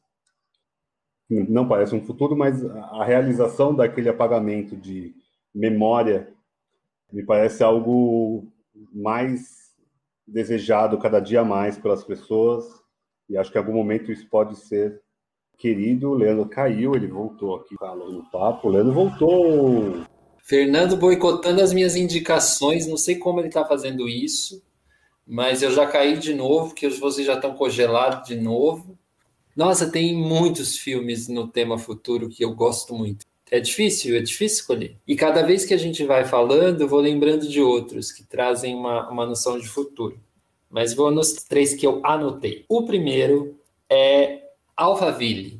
Não parece um futuro, mas a realização daquele apagamento de memória me parece algo mais desejado cada dia mais pelas pessoas, e acho que em algum momento isso pode ser querido. O Leandro caiu, ele voltou aqui, falou no papo. O Leandro voltou. Fernando boicotando as minhas indicações, não sei como ele está fazendo isso, mas eu já caí de novo, porque vocês já estão congelados de novo. Nossa, tem muitos filmes no tema futuro que eu gosto muito. É difícil, é difícil escolher. E cada vez que a gente vai falando, eu vou lembrando de outros que trazem uma, uma noção de futuro. Mas vou nos três que eu anotei. O primeiro é Alphaville,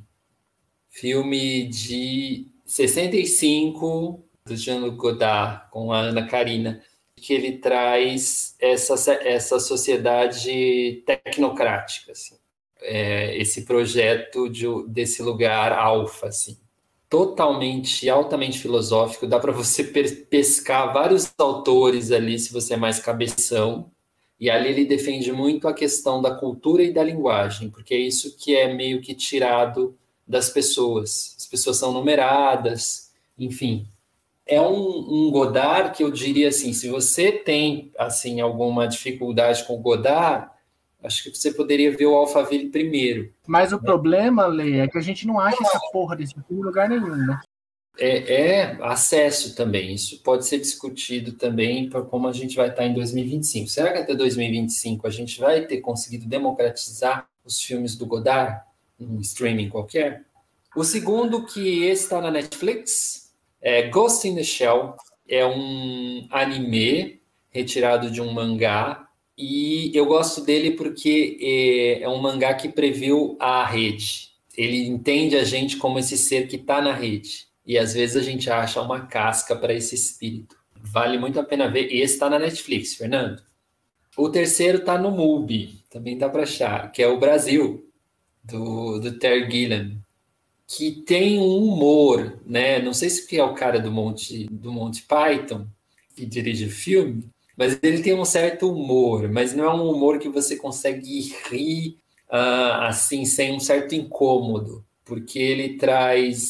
filme de sessenta e cinco, do Jean-Luc Godard, com a Ana Karina, que ele traz essa, essa sociedade tecnocrática, assim. É, esse projeto de, desse lugar alfa, assim. Totalmente, altamente filosófico, dá para você pescar vários autores ali, se você é mais cabeção, e ali ele defende muito a questão da cultura e da linguagem, porque é isso que é meio que tirado das pessoas. As pessoas são numeradas, enfim. É um, um Godard que eu diria assim, se você tem assim, alguma dificuldade com o Godard, acho que você poderia ver o Alphaville primeiro. Mas o problema, Lê, é que a gente não acha essa porra desse filme em lugar nenhum, né? É, é acesso também. Isso pode ser discutido também para como a gente vai estar em dois mil e vinte e cinco. Será que até dois mil e vinte e cinco a gente vai ter conseguido democratizar os filmes do Godard num streaming qualquer? O segundo, que está na Netflix, é Ghost in the Shell. É um anime retirado de um mangá. E eu gosto dele porque é um mangá que previu a rede. Ele entende a gente como esse ser que está na rede. E às vezes a gente acha uma casca para esse espírito. Vale muito a pena ver. E esse está na Netflix, Fernando. O terceiro está no Mubi, também dá para achar, que é o Brasil, do, do Terry Gilliam, que tem um humor, né? Não sei se é o cara do Monty, do Monty Python, que dirige o filme, mas ele tem um certo humor, mas não é um humor que você consegue rir uh, assim, sem um certo incômodo, porque ele traz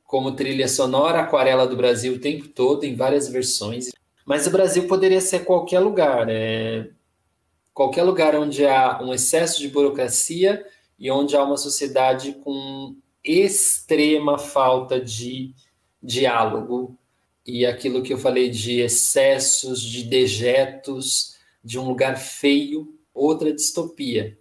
como trilha sonora, Aquarela do Brasil o tempo todo, em várias versões. Mas o Brasil poderia ser qualquer lugar, né? Qualquer lugar onde há um excesso de burocracia e onde há uma sociedade com extrema falta de diálogo. E aquilo que eu falei de excessos, de dejetos, de um lugar feio, outra distopia.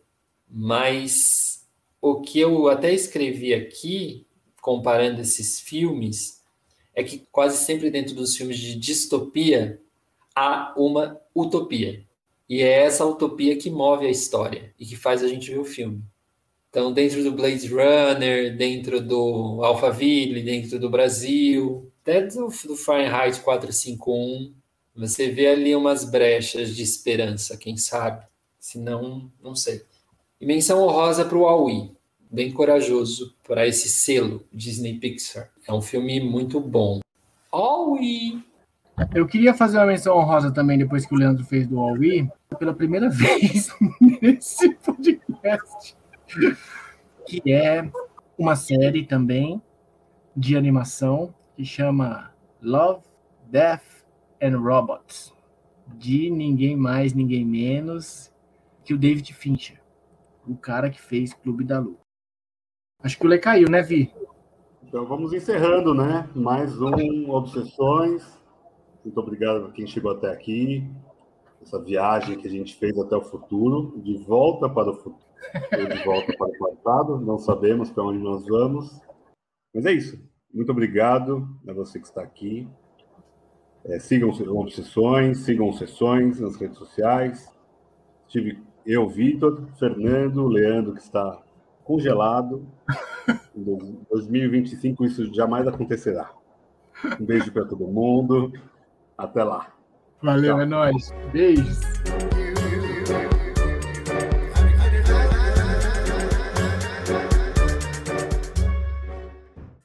Mas o que eu até escrevi aqui, comparando esses filmes, é que quase sempre dentro dos filmes de distopia há uma utopia. E é essa utopia que move a história e que faz a gente ver o filme. Então, dentro do Blade Runner, dentro do Alphaville, dentro do Brasil, até do, do Fahrenheit quatrocentos e cinquenta e um, você vê ali umas brechas de esperança, quem sabe? Se não, não sei. E menção honrosa para o Wall-E, bem corajoso para esse selo Disney Pixar. É um filme muito bom. Wall-E! Eu queria fazer uma menção honrosa também, depois que o Leandro fez do Wall-E, pela primeira vez nesse podcast, que é uma série também de animação que chama Love, Death and Robots, de ninguém mais, ninguém menos que o David Fincher, o cara que fez Clube da Luta. Acho que o Lê caiu, né, Vi? Então vamos encerrando, né? Mais um Obsessões. Muito obrigado a quem chegou até aqui. Essa viagem que a gente fez até o futuro, de volta para o futuro, ou de volta para o passado. Não sabemos para onde nós vamos. Mas é isso. Muito obrigado a você que está aqui. É, sigam Obsessões, sigam Sessões nas redes sociais. Estive eu, Vitor, Fernando, Leandro, que está congelado. Em dois mil e vinte e cinco isso jamais acontecerá. Um beijo para todo mundo. Até lá. Valeu, Tchau. é nóis. Beijos.